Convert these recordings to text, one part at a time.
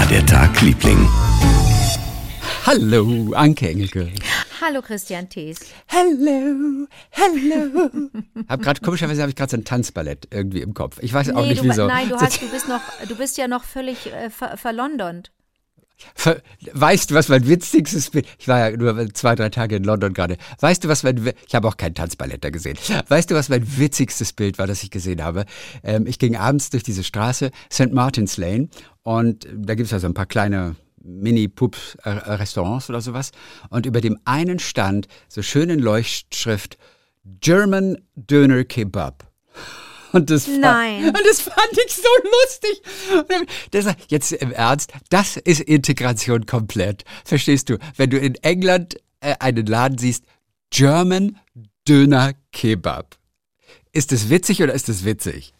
der Tag, Liebling? Hallo, Anke Engelke. Hallo, Christian Thees. Hello. Komischerweise habe ich gerade so ein Tanzballett irgendwie im Kopf. Ich weiß auch nicht, wieso. Du bist ja noch völlig verlondont. Weißt du, was mein witzigstes Bild, ich war ja nur 2-3 Tage in London gerade, ich habe auch kein Tanzballett da gesehen, weißt du, was mein witzigstes Bild war, das ich gesehen habe? Ich ging abends durch diese Straße, St. Martin's Lane, und da gibt es also ein paar kleine Mini-Pup-Restaurants oder sowas, und über dem einen stand so schön in Leuchtschrift German Döner Kebab. Und das fand ich so lustig. Jetzt im Ernst, das ist Integration komplett. Verstehst du? Wenn du in England einen Laden siehst, German Döner Kebab. Ist das witzig oder ist das witzig?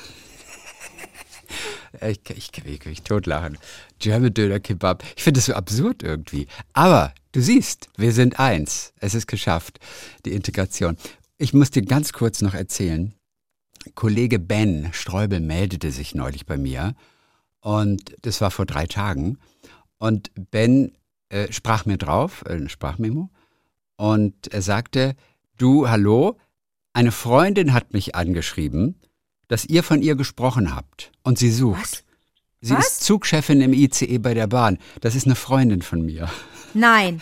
Ich kann mich totlachen. German Döner Kebab. Ich finde das so absurd irgendwie. Aber du siehst, wir sind eins. Es ist geschafft, die Integration. Ich muss dir ganz kurz noch erzählen. Kollege Ben Streubel meldete sich neulich bei mir, und das war vor 3 Tagen, und Ben sprach mir drauf, eine Sprachmemo, und er sagte: Du, hallo, eine Freundin hat mich angeschrieben, dass ihr von ihr gesprochen habt und sie sucht. Was? Sie ist Zugchefin im ICE bei der Bahn. Das ist eine Freundin von mir. Nein.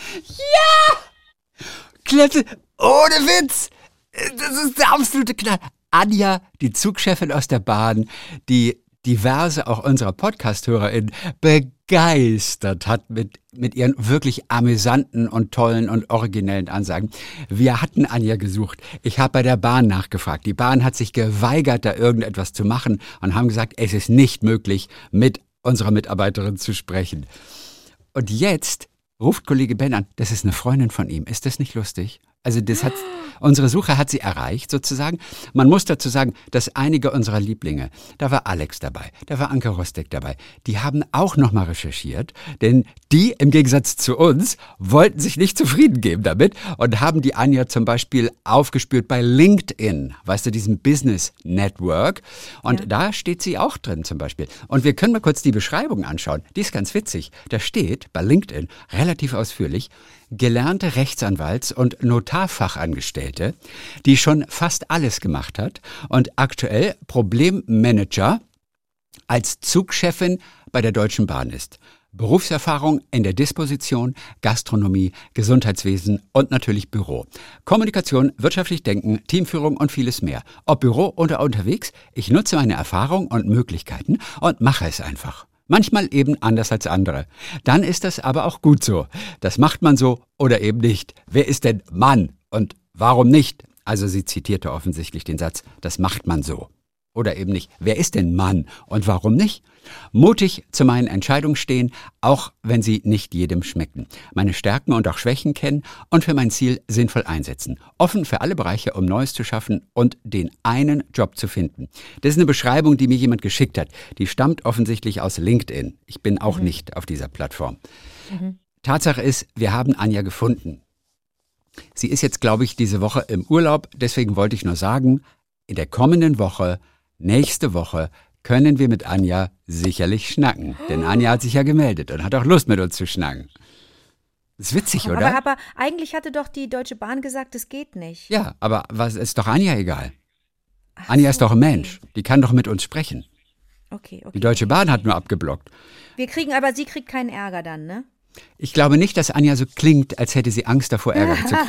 Ja! Klette, ohne Witz! Das ist der absolute Knall. Anja, die Zugchefin aus der Bahn, die diverse auch unserer Podcast-HörerInnen begeistert hat mit ihren wirklich amüsanten und tollen und originellen Ansagen. Wir hatten Anja gesucht. Ich habe bei der Bahn nachgefragt. Die Bahn hat sich geweigert, da irgendetwas zu machen, und haben gesagt, es ist nicht möglich, mit unserer Mitarbeiterin zu sprechen. Und jetzt ruft Kollege Ben an, das ist eine Freundin von ihm. Ist das nicht lustig? Also unsere Suche hat sie erreicht sozusagen. Man muss dazu sagen, dass einige unserer Lieblinge, da war Alex dabei, da war Anke Rostek dabei, die haben auch nochmal recherchiert, denn die, im Gegensatz zu uns, wollten sich nicht zufrieden geben damit und haben die Anja zum Beispiel aufgespürt bei LinkedIn, weißt du, diesem Business Network, und da steht sie auch drin zum Beispiel. Und wir können mal kurz die Beschreibung anschauen, die ist ganz witzig. Da steht bei LinkedIn relativ ausführlich: gelernte Rechtsanwalts- und Notarfachangestellte, die schon fast alles gemacht hat und aktuell Problemmanager als Zugchefin bei der Deutschen Bahn ist. Berufserfahrung in der Disposition, Gastronomie, Gesundheitswesen und natürlich Büro. Kommunikation, wirtschaftlich denken, Teamführung und vieles mehr. Ob Büro oder unterwegs, ich nutze meine Erfahrung und Möglichkeiten und mache es einfach. Manchmal eben anders als andere. Dann ist das aber auch gut so. Das macht man so oder eben nicht. Wer ist denn Mann und warum nicht? Also sie zitierte offensichtlich den Satz, das macht man so. Oder eben nicht. Wer ist denn Mann und warum nicht? Mutig zu meinen Entscheidungen stehen, auch wenn sie nicht jedem schmecken. Meine Stärken und auch Schwächen kennen und für mein Ziel sinnvoll einsetzen. Offen für alle Bereiche, um Neues zu schaffen und den einen Job zu finden. Das ist eine Beschreibung, die mir jemand geschickt hat. Die stammt offensichtlich aus LinkedIn. Ich bin auch nicht auf dieser Plattform. Tatsache ist, wir haben Anja gefunden. Sie ist jetzt, glaube ich, diese Woche im Urlaub. Deswegen wollte ich nur sagen, in der kommenden Woche, nächste Woche, können wir mit Anja sicherlich schnacken. Denn Anja hat sich ja gemeldet und hat auch Lust, mit uns zu schnacken. Ist witzig, oder? Aber eigentlich hatte doch die Deutsche Bahn gesagt, es geht nicht. Ja, aber was ist doch Anja egal? Anja ist doch ein Mensch. Die kann doch mit uns sprechen. Okay. Die Deutsche Bahn hat nur abgeblockt. Sie kriegt keinen Ärger dann, ne? Ich glaube nicht, dass Anja so klingt, als hätte sie Angst davor, Ärger zu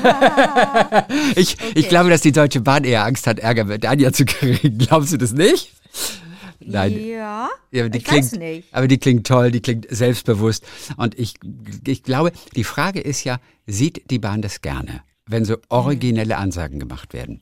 kriegen. Ich glaube, dass die Deutsche Bahn eher Angst hat, Ärger mit Anja zu kriegen. Glaubst du das nicht? Nein. Ja, weiß nicht. Aber die klingt toll, die klingt selbstbewusst. Und ich glaube, die Frage ist ja, sieht die Bahn das gerne, wenn so originelle Ansagen gemacht werden?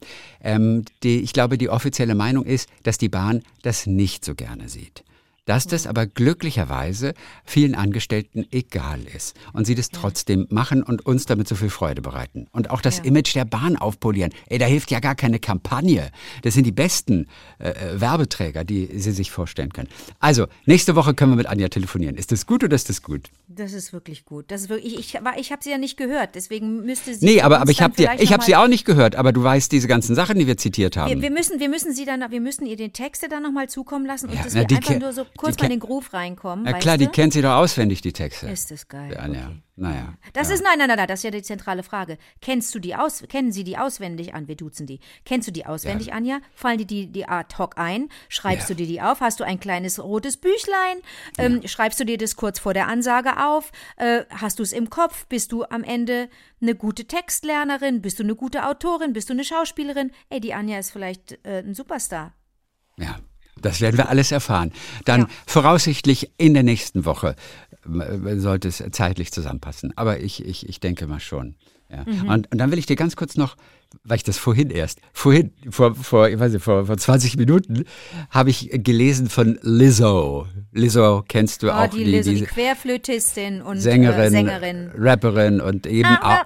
Ich glaube, die offizielle Meinung ist, dass die Bahn das nicht so gerne sieht. Dass das aber glücklicherweise vielen Angestellten egal ist und sie das trotzdem machen und uns damit so viel Freude bereiten. Und auch das Image der Bahn aufpolieren. Da hilft ja gar keine Kampagne. Das sind die besten Werbeträger, die Sie sich vorstellen können. Also, nächste Woche können wir mit Anja telefonieren. Ist das gut oder ist das gut? Das ist wirklich gut. Das ist wirklich, ich habe sie ja nicht gehört, deswegen müsste sie... Nee, aber ich habe sie auch nicht gehört, aber du weißt diese ganzen Sachen, die wir zitiert haben. Wir müssen ihr den Texte dann nochmal zukommen lassen und das wird einfach nur so kurz mal in den Groove reinkommen. Ja klar, die kennt sie doch auswendig, die Texte. Ist das geil. Ja, okay. Naja. Das ist, nein, das ist ja die zentrale Frage. Kennen Sie die auswendig an? Wir duzen die. Kennst du die auswendig, Anja? Fallen die ad hoc ein? Schreibst du dir die auf? Hast du ein kleines rotes Büchlein? Schreibst du dir das kurz vor der Ansage auf? Hast du es im Kopf? Bist du am Ende eine gute Textlernerin? Bist du eine gute Autorin? Bist du eine Schauspielerin? Ey, die Anja ist vielleicht ein Superstar. Ja. Das werden wir alles erfahren. Dann voraussichtlich in der nächsten Woche sollte es zeitlich zusammenpassen. Aber ich denke mal schon. Ja. Und dann will ich dir ganz kurz noch, weil ich das vor 20 Minuten, habe ich gelesen von Lizzo. Lizzo kennst du auch. Die Lizzo, die Querflötistin und Sängerin, Rapperin und eben auch.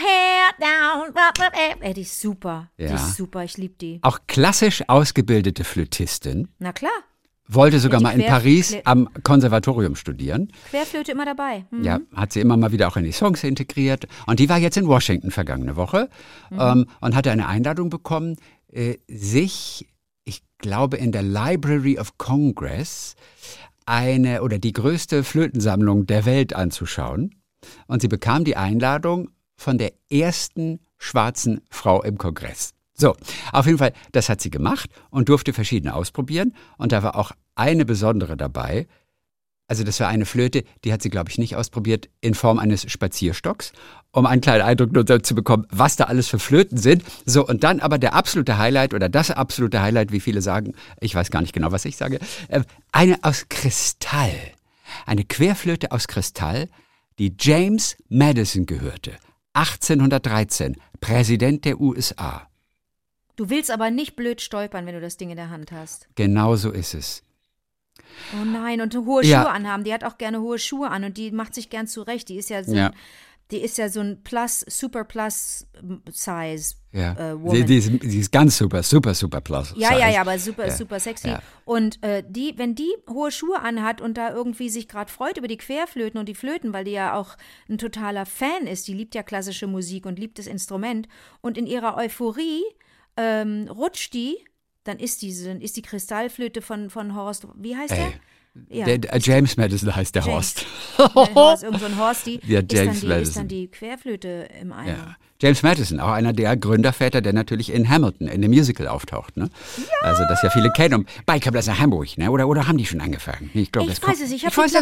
Die ist super. Ja. Die ist super, ich liebe die. Auch klassisch ausgebildete Flötistin. Na klar. Wollte sogar mal in Paris am Konservatorium studieren. Querflöte immer dabei. Ja, hat sie immer mal wieder auch in die Songs integriert. Und die war jetzt in Washington vergangene Woche und hatte eine Einladung bekommen, sich, ich glaube, in der Library of Congress die größte Flötensammlung der Welt anzuschauen. Und sie bekam die Einladung von der ersten schwarzen Frau im Kongress. So, auf jeden Fall, das hat sie gemacht und durfte verschiedene ausprobieren. Und da war auch eine besondere dabei. Also das war eine Flöte, die hat sie, glaube ich, nicht ausprobiert, in Form eines Spazierstocks, um einen kleinen Eindruck nur zu bekommen, was da alles für Flöten sind. So, und dann aber das absolute Highlight, wie viele sagen, ich weiß gar nicht genau, was ich sage, eine aus Kristall. Eine Querflöte aus Kristall, die James Madison gehörte. 1813, Präsident der USA. Du willst aber nicht blöd stolpern, wenn du das Ding in der Hand hast. Genau so ist es. Oh nein, und hohe Schuhe anhaben. Die hat auch gerne hohe Schuhe an und die macht sich gern zurecht. Die ist ja so ein Super Plus Size Woman. Sie ist ganz super Plus. Ja, aber super sexy. Ja. Und wenn die hohe Schuhe anhat und da irgendwie sich gerade freut über die Querflöten und die Flöten, weil die ja auch ein totaler Fan ist, die liebt ja klassische Musik und liebt das Instrument. Und in ihrer Euphorie rutscht die, dann ist die Kristallflöte von Horst, wie heißt der? Ja. James Madison heißt der Horst. Irgend so ein Horst, ist dann die Querflöte im Eimer. Ja. James Madison, auch einer der Gründerväter, der natürlich in Hamilton, in dem Musical auftaucht. Ne? Ja. Also das ja viele kennen. Und Biker Blast nach Hamburg, ne? Oder haben die schon angefangen? Ich weiß es, ich war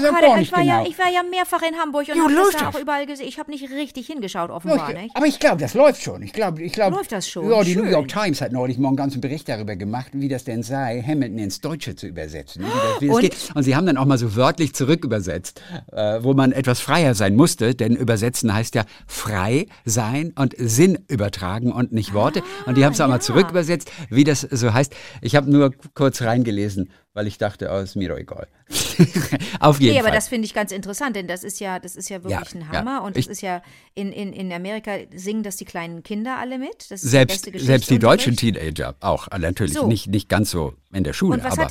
ja mehrfach in Hamburg und habe das da auch überall gesehen. Ich habe nicht richtig hingeschaut, offenbar. Nicht? Aber ich glaube, das läuft schon. Läuft das schon? Ja, die New York Times hat neulich mal einen ganzen Bericht darüber gemacht, wie das denn sei, Hamilton ins Deutsche zu übersetzen. Wie das geht. Und sie haben dann auch mal so wörtlich zurückübersetzt, wo man etwas freier sein musste, denn übersetzen heißt ja frei sein und Sinn übertragen und nicht Worte. Und die haben es auch mal zurückübersetzt, wie das so heißt. Ich habe nur kurz reingelesen, weil ich dachte, ist mir doch egal. Auf jeden Fall. Aber das finde ich ganz interessant, denn das ist ja wirklich ein Hammer. Und das ist ja in Amerika singen das die kleinen Kinder alle mit. Das ist selbst die deutschen Teenager auch, natürlich so. nicht ganz so in der Schule. Und was hat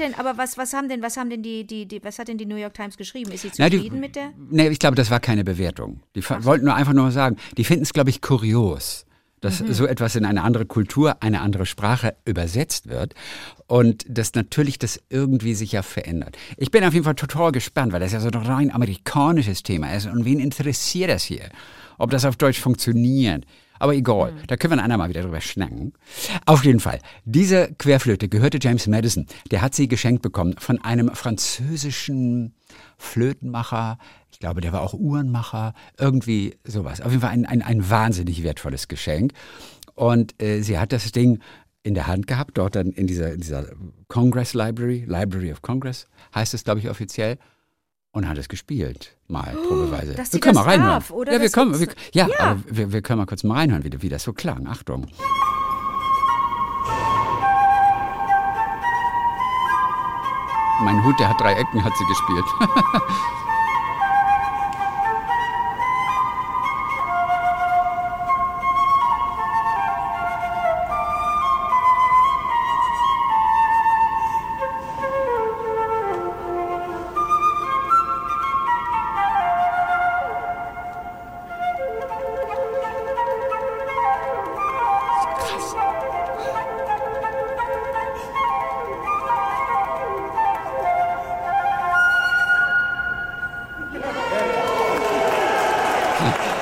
denn die New York Times geschrieben? Ist sie zufrieden mit der? Nee, ich glaube, das war keine Bewertung. Die wollten nur einfach nur sagen, die finden es, glaube ich, kurios, dass so etwas in eine andere Kultur, eine andere Sprache übersetzt wird und dass natürlich das irgendwie sich ja verändert. Ich bin auf jeden Fall total gespannt, weil das ja so ein rein amerikanisches Thema ist und wen interessiert das hier, ob das auf Deutsch funktioniert. Aber egal, da können wir ein andermal wieder drüber schnacken. Auf jeden Fall, diese Querflöte gehörte James Madison. Der hat sie geschenkt bekommen von einem französischen Flötenmacher. Ich glaube, der war auch Uhrenmacher. Irgendwie sowas. Auf jeden Fall ein wahnsinnig wertvolles Geschenk. Und sie hat das Ding in der Hand gehabt, dort dann in dieser Congress Library of Congress, heißt es, glaube ich, offiziell. Und hat es gespielt, mal probeweise. Dass wir können mal reinhören. Darf, oder? Ja, wir können mal kurz mal reinhören, wie das so klang. Achtung. Mein Hut, der hat 3 Ecken, hat sie gespielt.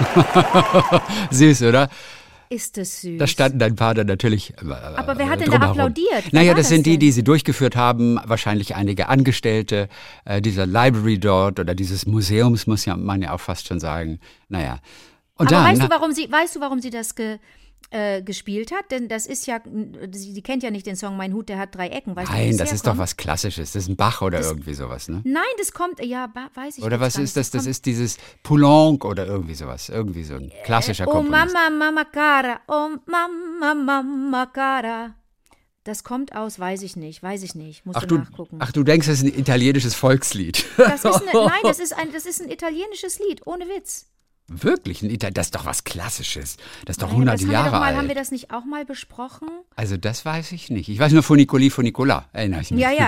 Süß, oder? Ist das süß. Da standen ein paar dann natürlich Aber wer hat denn da drumherum. applaudiert? Wer Naja, war das sind die, denn? die sie durchgeführt haben. Wahrscheinlich einige Angestellte dieser Library dort oder dieses Museums, muss ja man ja auch fast schon sagen. Naja. Und Aber dann, weißt du, warum sie das gespielt hat? Denn das ist ja, sie kennt ja nicht den Song Mein Hut, der hat 3 Ecken. Weißt du, wo nein, das ist herkommt? doch was Klassisches. Das ist ein Bach oder irgendwie sowas, ne? Nein, das kommt, ja, weiß ich Oder jetzt was gar ist nicht. das? Das kommt- ist dieses Poulenc oder irgendwie sowas. Irgendwie so ein klassischer Oh Komponist. Mama, Mama cara, oh Mama, Mama cara. Das kommt aus, weiß ich nicht, musst Ach du du, nachgucken. ach, du denkst, das ist ein italienisches Volkslied. Das ist nein, das ist ein italienisches Lied, ohne Witz. Wirklich? Das ist doch was Klassisches. Das ist doch Nein, aber 100 Jahre alt. haben wir das nicht auch mal besprochen? Also das weiß ich nicht. Ich weiß nur Funiculi, Funicola, erinnere ich mich. Ja.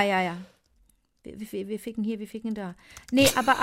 Wir ficken da. Nee, aber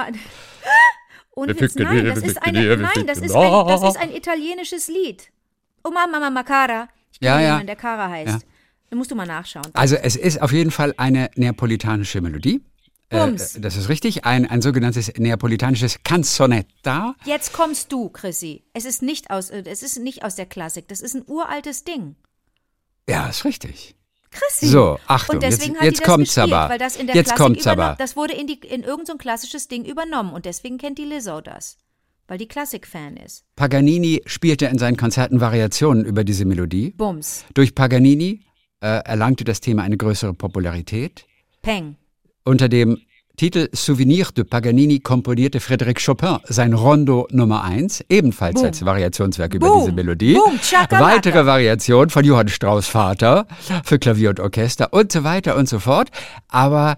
ohne Wir Witz, ficken nein, hier, das wir ist ficken hier, wir ficken das da. ist ein italienisches Lied. Oh Mama, Mama cara. Ich Ja, kenne ja. jemanden, der Cara heißt. Ja. Da musst du mal nachschauen. Also es ist auf jeden Fall eine neapolitanische Melodie. Bums. Das ist richtig, ein sogenanntes neapolitanisches Canzonetta. Jetzt kommst du, Chrissy. Es ist nicht aus der Klassik. Das ist ein uraltes Ding. Ja, ist richtig. Chrissy. So, Achtung, Und deswegen hat jetzt die das kommt's gespielt, aber. weil das in der Jetzt Klassik kommt's aber. Das wurde in irgend so ein klassisches Ding übernommen und deswegen kennt die Lizzo das, weil die Klassik-Fan ist. Paganini spielte in seinen Konzerten Variationen über diese Melodie. Bums. Durch Paganini erlangte das Thema eine größere Popularität. Peng. Unter dem Titel Souvenir de Paganini komponierte Frédéric Chopin sein Rondo Nummer 1, ebenfalls Boom. als Variationswerk über Boom. diese Melodie. Boom. Chakalaka. Weitere Variationen von Johann Strauss Vater für Klavier und Orchester und so weiter und so fort. Aber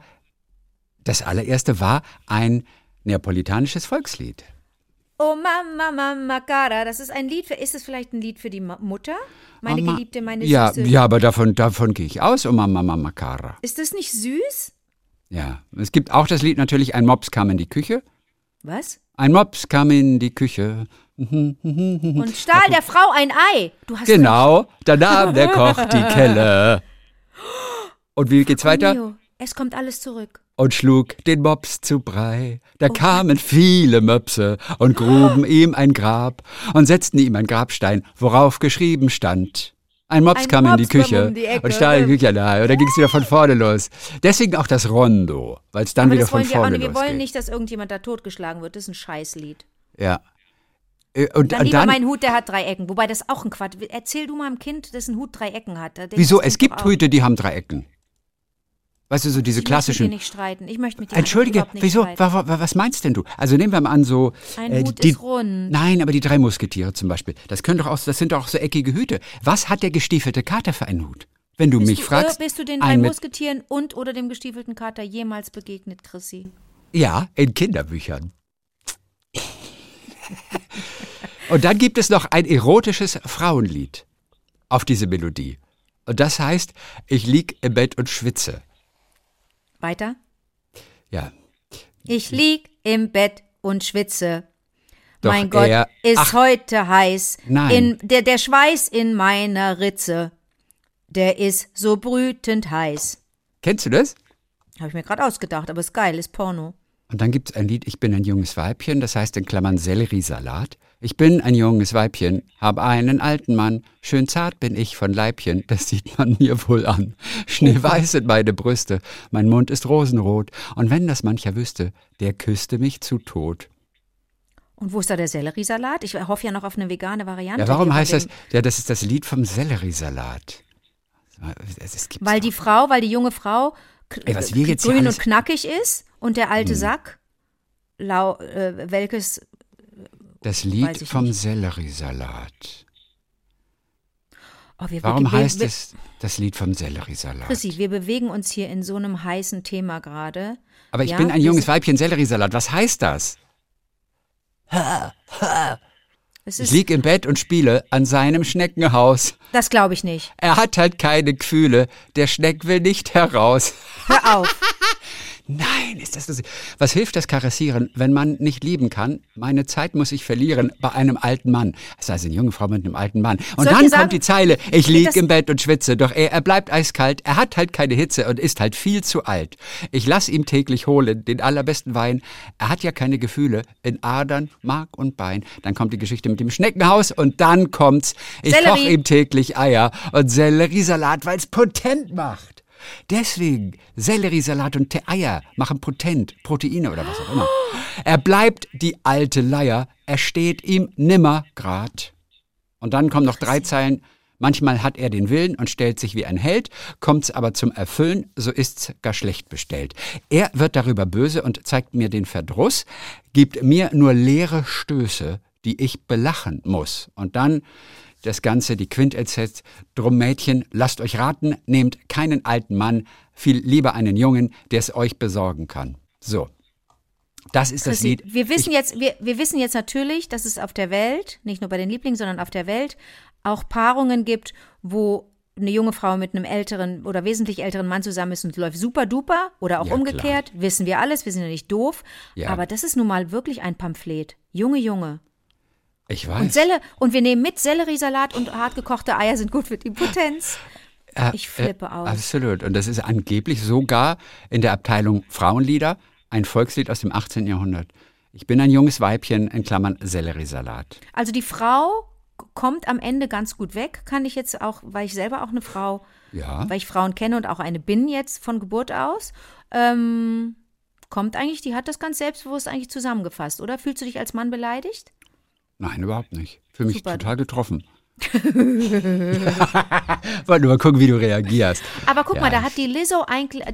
das allererste war ein neapolitanisches Volkslied. Oh Mama, Mama cara. Das ist ein Lied ist es vielleicht ein Lied für die Mutter? Meine Mama- Geliebte, meine Ja, Süße. ja, aber davon gehe ich aus, oh Mama, Mama cara. Ist das nicht süß? Ja, es gibt auch das Lied natürlich, ein Mops kam in die Küche. Was? Ein Mops kam in die Küche. Und stahl der Frau ein Ei. Du hast Genau, da nahm der Koch die Kelle. Und wie geht's weiter? Mio, es kommt alles zurück. Und schlug den Mops zu Brei. Da kamen viele Möpse und gruben ihm ein Grab und setzten ihm einen Grabstein, worauf geschrieben stand: Ein Mops Ein kam in die Mops kam Küche um die Ecke. und stahl die Küche nahe. Und dann ging es wieder von vorne los. Deswegen auch das Rondo, weil es dann Aber wieder das von wollen wir auch vorne nicht. Wir wollen losgeht. nicht, dass irgendjemand da totgeschlagen wird. Das ist ein Scheißlied. Ja. Und Dann lieber dann, mein Hut, der hat 3 Ecken. Wobei das auch ein Quatsch. Erzähl du mal einem Kind, dessen Hut 3 Ecken hat. Da denkt wieso? das Es Kind gibt doch auch, Hüte, die haben 3 Ecken. Weißt du, so diese Ich möchte mit klassischen. dir nicht streiten. Ich möchte mit dir Entschuldige, überhaupt nicht wieso? streiten. Was meinst denn du? Also nehmen wir mal an, so. Ein Hut ist rund. Nein, aber die 3 Musketiere zum Beispiel. Das sind doch auch so eckige Hüte. Was hat der gestiefelte Kater für einen Hut? Wenn du mich fragst. Bist du den 3 ein mit- Musketieren und oder dem gestiefelten Kater jemals begegnet, Chrissy? Ja, in Kinderbüchern. Und dann gibt es noch ein erotisches Frauenlied auf diese Melodie. Und das heißt, ich lieg im Bett und schwitze. Weiter? Ja. Ich lieg im Bett und schwitze. Doch Mein Gott, er- ist Ach. heute heiß. Nein. Der Schweiß in meiner Ritze, der ist so brütend heiß. Kennst du das? Habe ich mir gerade ausgedacht, aber ist geil, ist Porno. Und dann gibt es ein Lied, ich bin ein junges Weibchen, das heißt in Klammern Selleriesalat. Ich bin ein junges Weibchen, hab einen alten Mann, schön zart bin ich von Leibchen, das sieht man mir wohl an. Schneeweiß sind meine Brüste, mein Mund ist rosenrot, und wenn das mancher wüsste, der küsste mich zu Tod. Und wo ist da der Selleriesalat? Ich hoffe ja noch auf eine vegane Variante. Ja, warum hier heißt von das? Ja, das ist das Lied vom Selleriesalat. Es gibt's Weil doch. die junge Frau Ey, was wir jetzt hier grün alles- und knackig ist und der alte Sack, welches Das weiß Lied ich vom nicht. Selleriesalat. Oh, Warum heißt es das Lied vom Selleriesalat? Chrissy, wir bewegen uns hier in so einem heißen Thema gerade. Aber ich Ja, bin ein wir junges sind- Weibchen, Selleriesalat. Was heißt das? Es Ich ist, lieg im Bett und spiele an seinem Schneckenhaus. das glaube ich nicht. Er hat halt keine Gefühle. Der Schneck will nicht heraus. Hör auf. Nein, ist das lustig. Was hilft das Karessieren, wenn man nicht lieben kann? Meine Zeit muss ich verlieren bei einem alten Mann. Das heißt, eine junge Frau mit einem alten Mann. Und dann kommt die Zeile, ich lieg im Bett und schwitze, doch er bleibt eiskalt, er hat halt keine Hitze und ist halt viel zu alt. Ich lass ihm täglich holen, den allerbesten Wein. Er hat ja keine Gefühle in Adern, Mark und Bein. Dann kommt die Geschichte mit dem Schneckenhaus und dann kommt's, ich koche ihm täglich Eier und Selleriesalat, weil's potent macht. Deswegen, Selleriesalat und Eier machen potent, Proteine oder was auch immer. Er bleibt die alte Leier, er steht ihm nimmer grad. Und dann kommen noch 3 Zeilen. Manchmal hat er den Willen und stellt sich wie ein Held, kommt's aber zum Erfüllen, so ist's gar schlecht bestellt. Er wird darüber böse und zeigt mir den Verdruss, gibt mir nur leere Stöße, die ich belachen muss. Und dann das Ganze, die Quintessenz, drum Mädchen, lasst euch raten, nehmt keinen alten Mann, viel lieber einen Jungen, der es euch besorgen kann. So, das ist das Lied. Wir wissen jetzt natürlich, dass es auf der Welt, nicht nur bei den Lieblingen, sondern auf der Welt, auch Paarungen gibt, wo eine junge Frau mit einem älteren oder wesentlich älteren Mann zusammen ist und läuft super duper oder auch umgekehrt. Klar. Wissen wir alles, wir sind ja nicht doof. Ja. Aber das ist nun mal wirklich ein Pamphlet. Junge. Ich weiß. Und wir nehmen mit Selleriesalat und hartgekochte Eier sind gut für die Potenz. Ich flippe aus. Absolut. Und das ist angeblich sogar in der Abteilung Frauenlieder ein Volkslied aus dem 18. Jahrhundert. Ich bin ein junges Weibchen, in Klammern Selleriesalat. Also die Frau kommt am Ende ganz gut weg, kann ich jetzt auch, weil ich selber auch eine Frau, weil ich Frauen kenne und auch eine bin jetzt von Geburt aus, kommt eigentlich, die hat das ganz selbstbewusst eigentlich zusammengefasst, oder? Fühlst du dich als Mann beleidigt? Nein, überhaupt nicht. Für mich total getroffen. Wollte nur mal gucken, wie du reagierst. Aber guck mal, da hat die Lizzo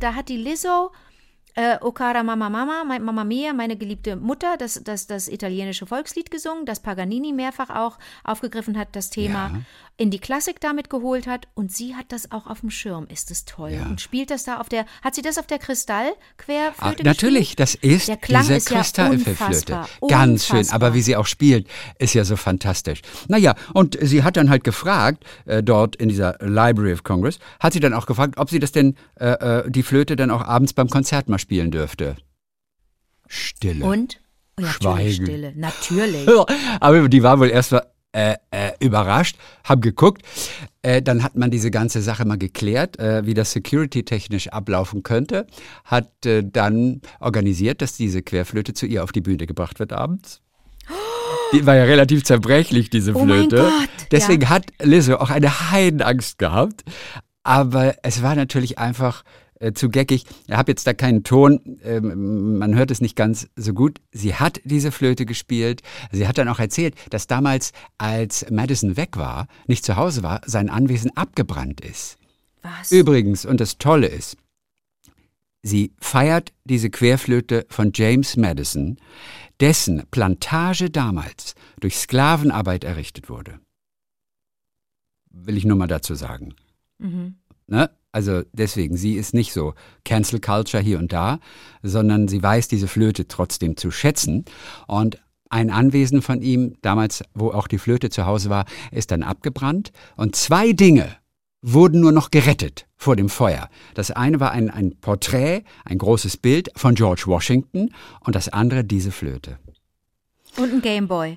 O cara Mamma Mia, meine geliebte Mutter, das italienische Volkslied gesungen, das Paganini mehrfach auch aufgegriffen hat, das Thema in die Klassik damit geholt hat und sie hat das auch auf dem Schirm, ist es toll. Ja. Und spielt das da hat sie das auf der Kristallquerflöte natürlich, das ist diese Kristallflöte. Ganz schön, aber wie sie auch spielt, ist ja so fantastisch. Naja, und sie hat dann halt gefragt, dort in dieser Library of Congress, hat sie dann auch gefragt, ob sie das denn, die Flöte dann auch abends beim Konzert mal spielen dürfte. Stille. Und? Oh ja, Schweigen. Stille, natürlich. Aber die war wohl erst mal überrascht, haben geguckt. Dann hat man diese ganze Sache mal geklärt, wie das security-technisch ablaufen könnte. Hat dann organisiert, dass diese Querflöte zu ihr auf die Bühne gebracht wird abends. Die war ja relativ zerbrechlich, diese Flöte. Oh mein Gott, deswegen hat Lizzo auch eine Heidenangst gehabt. Aber es war natürlich einfach zu geckig. Ich habe jetzt da keinen Ton, man hört es nicht ganz so gut. Sie hat diese Flöte gespielt. Sie hat dann auch erzählt, dass damals, als Madison weg war, nicht zu Hause war, sein Anwesen abgebrannt ist. Was? Übrigens, und das Tolle ist, sie feiert diese Querflöte von James Madison, dessen Plantage damals durch Sklavenarbeit errichtet wurde. Will ich nur mal dazu sagen. Mhm. Ne? Also deswegen, sie ist nicht so Cancel Culture hier und da, sondern sie weiß diese Flöte trotzdem zu schätzen. Und ein Anwesen von ihm, damals, wo auch die Flöte zu Hause war, ist dann abgebrannt. Und 2 Dinge wurden nur noch gerettet vor dem Feuer. Das eine war ein Porträt, ein großes Bild von George Washington und das andere diese Flöte. Und ein Gameboy.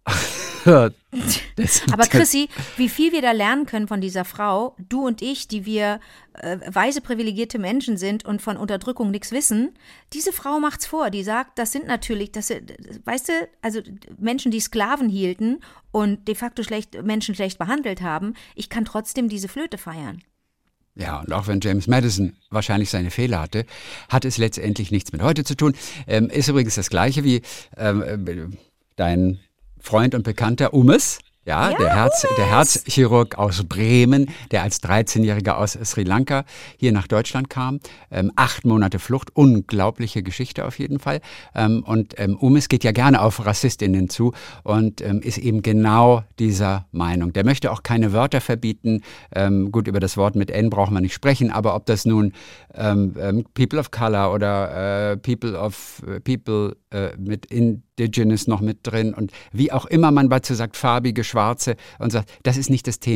Aber Chrissy, wie viel wir da lernen können von dieser Frau, du und ich, die wir weise, privilegierte Menschen sind und von Unterdrückung nichts wissen, diese Frau macht's vor, die sagt, das sind natürlich, weißt du, also Menschen, die Sklaven hielten und de facto Menschen schlecht behandelt haben, ich kann trotzdem diese Flöte feiern. Ja, und auch wenn James Madison wahrscheinlich seine Fehler hatte, hat es letztendlich nichts mit heute zu tun. Ist übrigens das Gleiche wie dein Freund und Bekannter Umes, der Herzchirurg aus Bremen, der als 13-Jähriger aus Sri Lanka hier nach Deutschland kam. 8 Monate Flucht, unglaubliche Geschichte auf jeden Fall. Und Umes geht ja gerne auf Rassistinnen zu und ist eben genau dieser Meinung. Der möchte auch keine Wörter verbieten. Gut, über das Wort mit N brauchen wir nicht sprechen, aber ob das nun People of Color oder People mit Indigenous noch mit drin und wie auch immer man dazu sagt, farbige, schwarze und sagt, das ist nicht das Thema.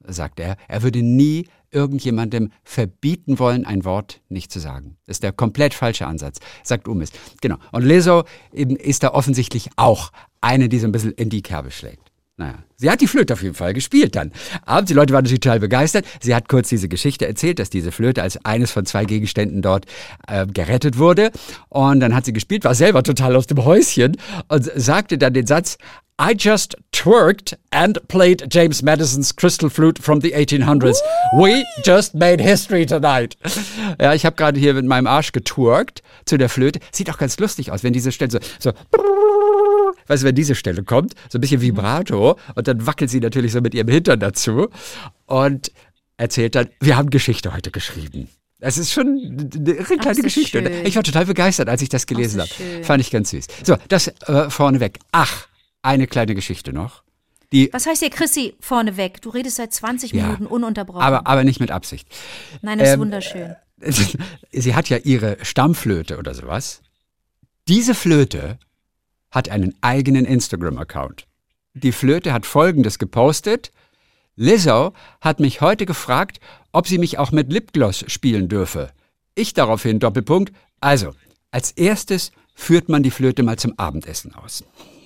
sagt er. Er würde nie irgendjemandem verbieten wollen, ein Wort nicht zu sagen. Das ist der komplett falsche Ansatz, sagt Umis. Genau. Und Lizzo eben ist da offensichtlich auch eine, die so ein bisschen in die Kerbe schlägt. Naja, sie hat die Flöte auf jeden Fall gespielt dann. Aber die Leute waren natürlich total begeistert. Sie hat kurz diese Geschichte erzählt, dass diese Flöte als eines von 2 Gegenständen dort gerettet wurde. Und dann hat sie gespielt, war selber total aus dem Häuschen und sagte dann den Satz, I just twerked and played James Madison's Crystal Flute from the 1800s. We just made history tonight. Ja, ich habe gerade hier mit meinem Arsch getwerkt zu der Flöte. Sieht auch ganz lustig aus, wenn diese Stelle so weißt du, wenn diese Stelle kommt, so ein bisschen Vibrato und dann wackelt sie natürlich so mit ihrem Hintern dazu und erzählt dann, wir haben Geschichte heute geschrieben. Das ist schon eine kleine Geschichte. Schön. Ich war total begeistert, als ich das gelesen habe. Fand ich ganz süß. So, das vorneweg. Ach, eine kleine Geschichte noch. Was heißt hier, Chrissy, vorneweg? Du redest seit 20 Minuten ununterbrochen. Aber nicht mit Absicht. Nein, das ist wunderschön. Sie hat ja ihre Stammflöte oder sowas. Diese Flöte hat einen eigenen Instagram-Account. Die Flöte hat Folgendes gepostet. Lizzo hat mich heute gefragt, ob sie mich auch mit Lipgloss spielen dürfe. Ich daraufhin, Doppelpunkt, also, als erstes führt man die Flöte mal zum Abendessen aus.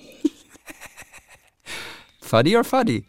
Funny or funny?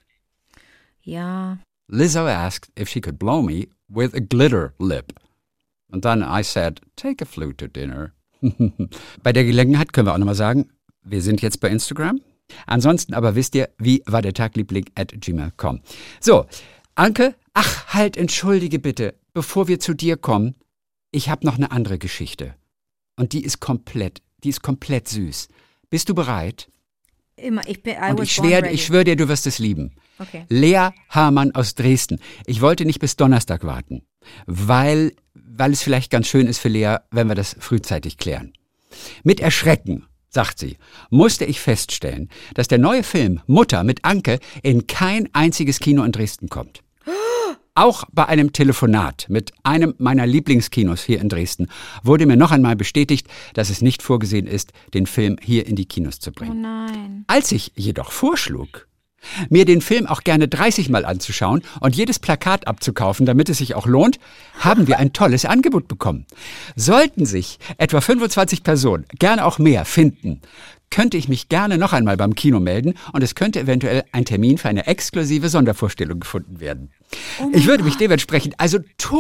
Ja. Lizzo asked if she could blow me with a glitter lip. Und dann I said, take a flute to dinner. Bei der Gelegenheit können wir auch nochmal sagen, wir sind jetzt bei Instagram. Ansonsten aber wisst ihr, wie war der Tagliebling@gmail.com. So, Anke, entschuldige bitte, bevor wir zu dir kommen, ich habe noch eine andere Geschichte. Und die ist komplett süß. Bist du bereit? Immer, ich schwöre dir, du wirst es lieben. Okay. Lea Hamann aus Dresden. Ich wollte nicht bis Donnerstag warten, weil es vielleicht ganz schön ist für Lea, wenn wir das frühzeitig klären. Mit Erschrecken, sagt sie, musste ich feststellen, dass der neue Film Mutter mit Anke in kein einziges Kino in Dresden kommt. Auch bei einem Telefonat mit einem meiner Lieblingskinos hier in Dresden wurde mir noch einmal bestätigt, dass es nicht vorgesehen ist, den Film hier in die Kinos zu bringen. Oh nein. Als ich jedoch vorschlug, mir den Film auch gerne 30 Mal anzuschauen und jedes Plakat abzukaufen, damit es sich auch lohnt, haben wir ein tolles Angebot bekommen. Sollten sich etwa 25 Personen, gerne auch mehr, finden, könnte ich mich gerne noch einmal beim Kino melden und es könnte eventuell ein Termin für eine exklusive Sondervorstellung gefunden werden. Ich würde mich dementsprechend also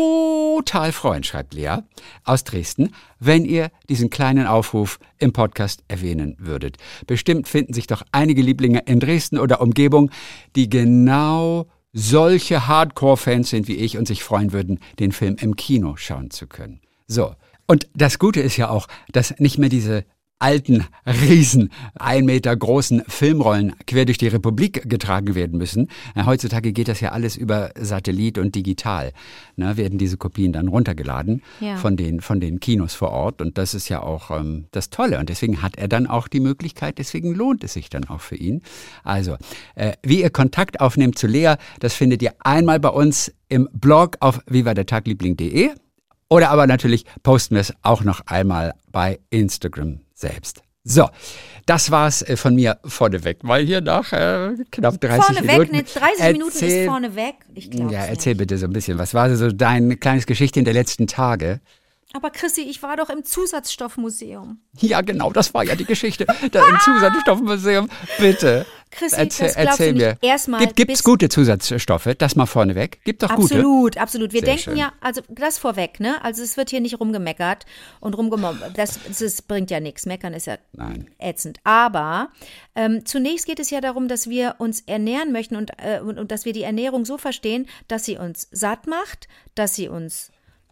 total freuen, schreibt Lea aus Dresden, wenn ihr diesen kleinen Aufruf im Podcast erwähnen würdet. Bestimmt finden sich doch einige Lieblinge in Dresden oder Umgebung, die genau solche Hardcore-Fans sind wie ich und sich freuen würden, den Film im Kino schauen zu können. So, und das Gute ist ja auch, dass nicht mehr diese alten, riesen, 1 Meter großen Filmrollen quer durch die Republik getragen werden müssen. Heutzutage geht das ja alles über Satellit und digital. Werden diese Kopien dann runtergeladen von den Kinos vor Ort. Und das ist ja auch das Tolle. Und deswegen hat er dann auch die Möglichkeit, deswegen lohnt es sich dann auch für ihn. Also, wie ihr Kontakt aufnehmt zu Lea, das findet ihr einmal bei uns im Blog auf vivadertagliebling.de. Oder aber natürlich posten wir es auch noch einmal bei Instagram selbst. So, das war's von mir vorneweg, weil hier nach knapp 30 Minuten... Vorneweg, 30 Minuten ist vorneweg? Ich glaub's Ja, erzähl bitte so ein bisschen, was war so dein kleines Geschichtchen der letzten Tage? Aber Chrissy, ich war doch im Zusatzstoffmuseum. Ja, genau, das war ja die Geschichte. Im Zusatzstoffmuseum. Bitte. Chrissy, erzähl mir. Gibt's gute Zusatzstoffe? Das mal vorneweg. Gibt doch gute. Absolut. Wir denken ja, also das vorweg, ne? Also es wird hier nicht rumgemeckert und rumgemobbert. Das bringt ja nichts. Meckern ist ja ätzend. Aber zunächst geht es ja darum, dass wir uns ernähren möchten und dass wir die Ernährung so verstehen, dass sie uns satt macht, dass sie uns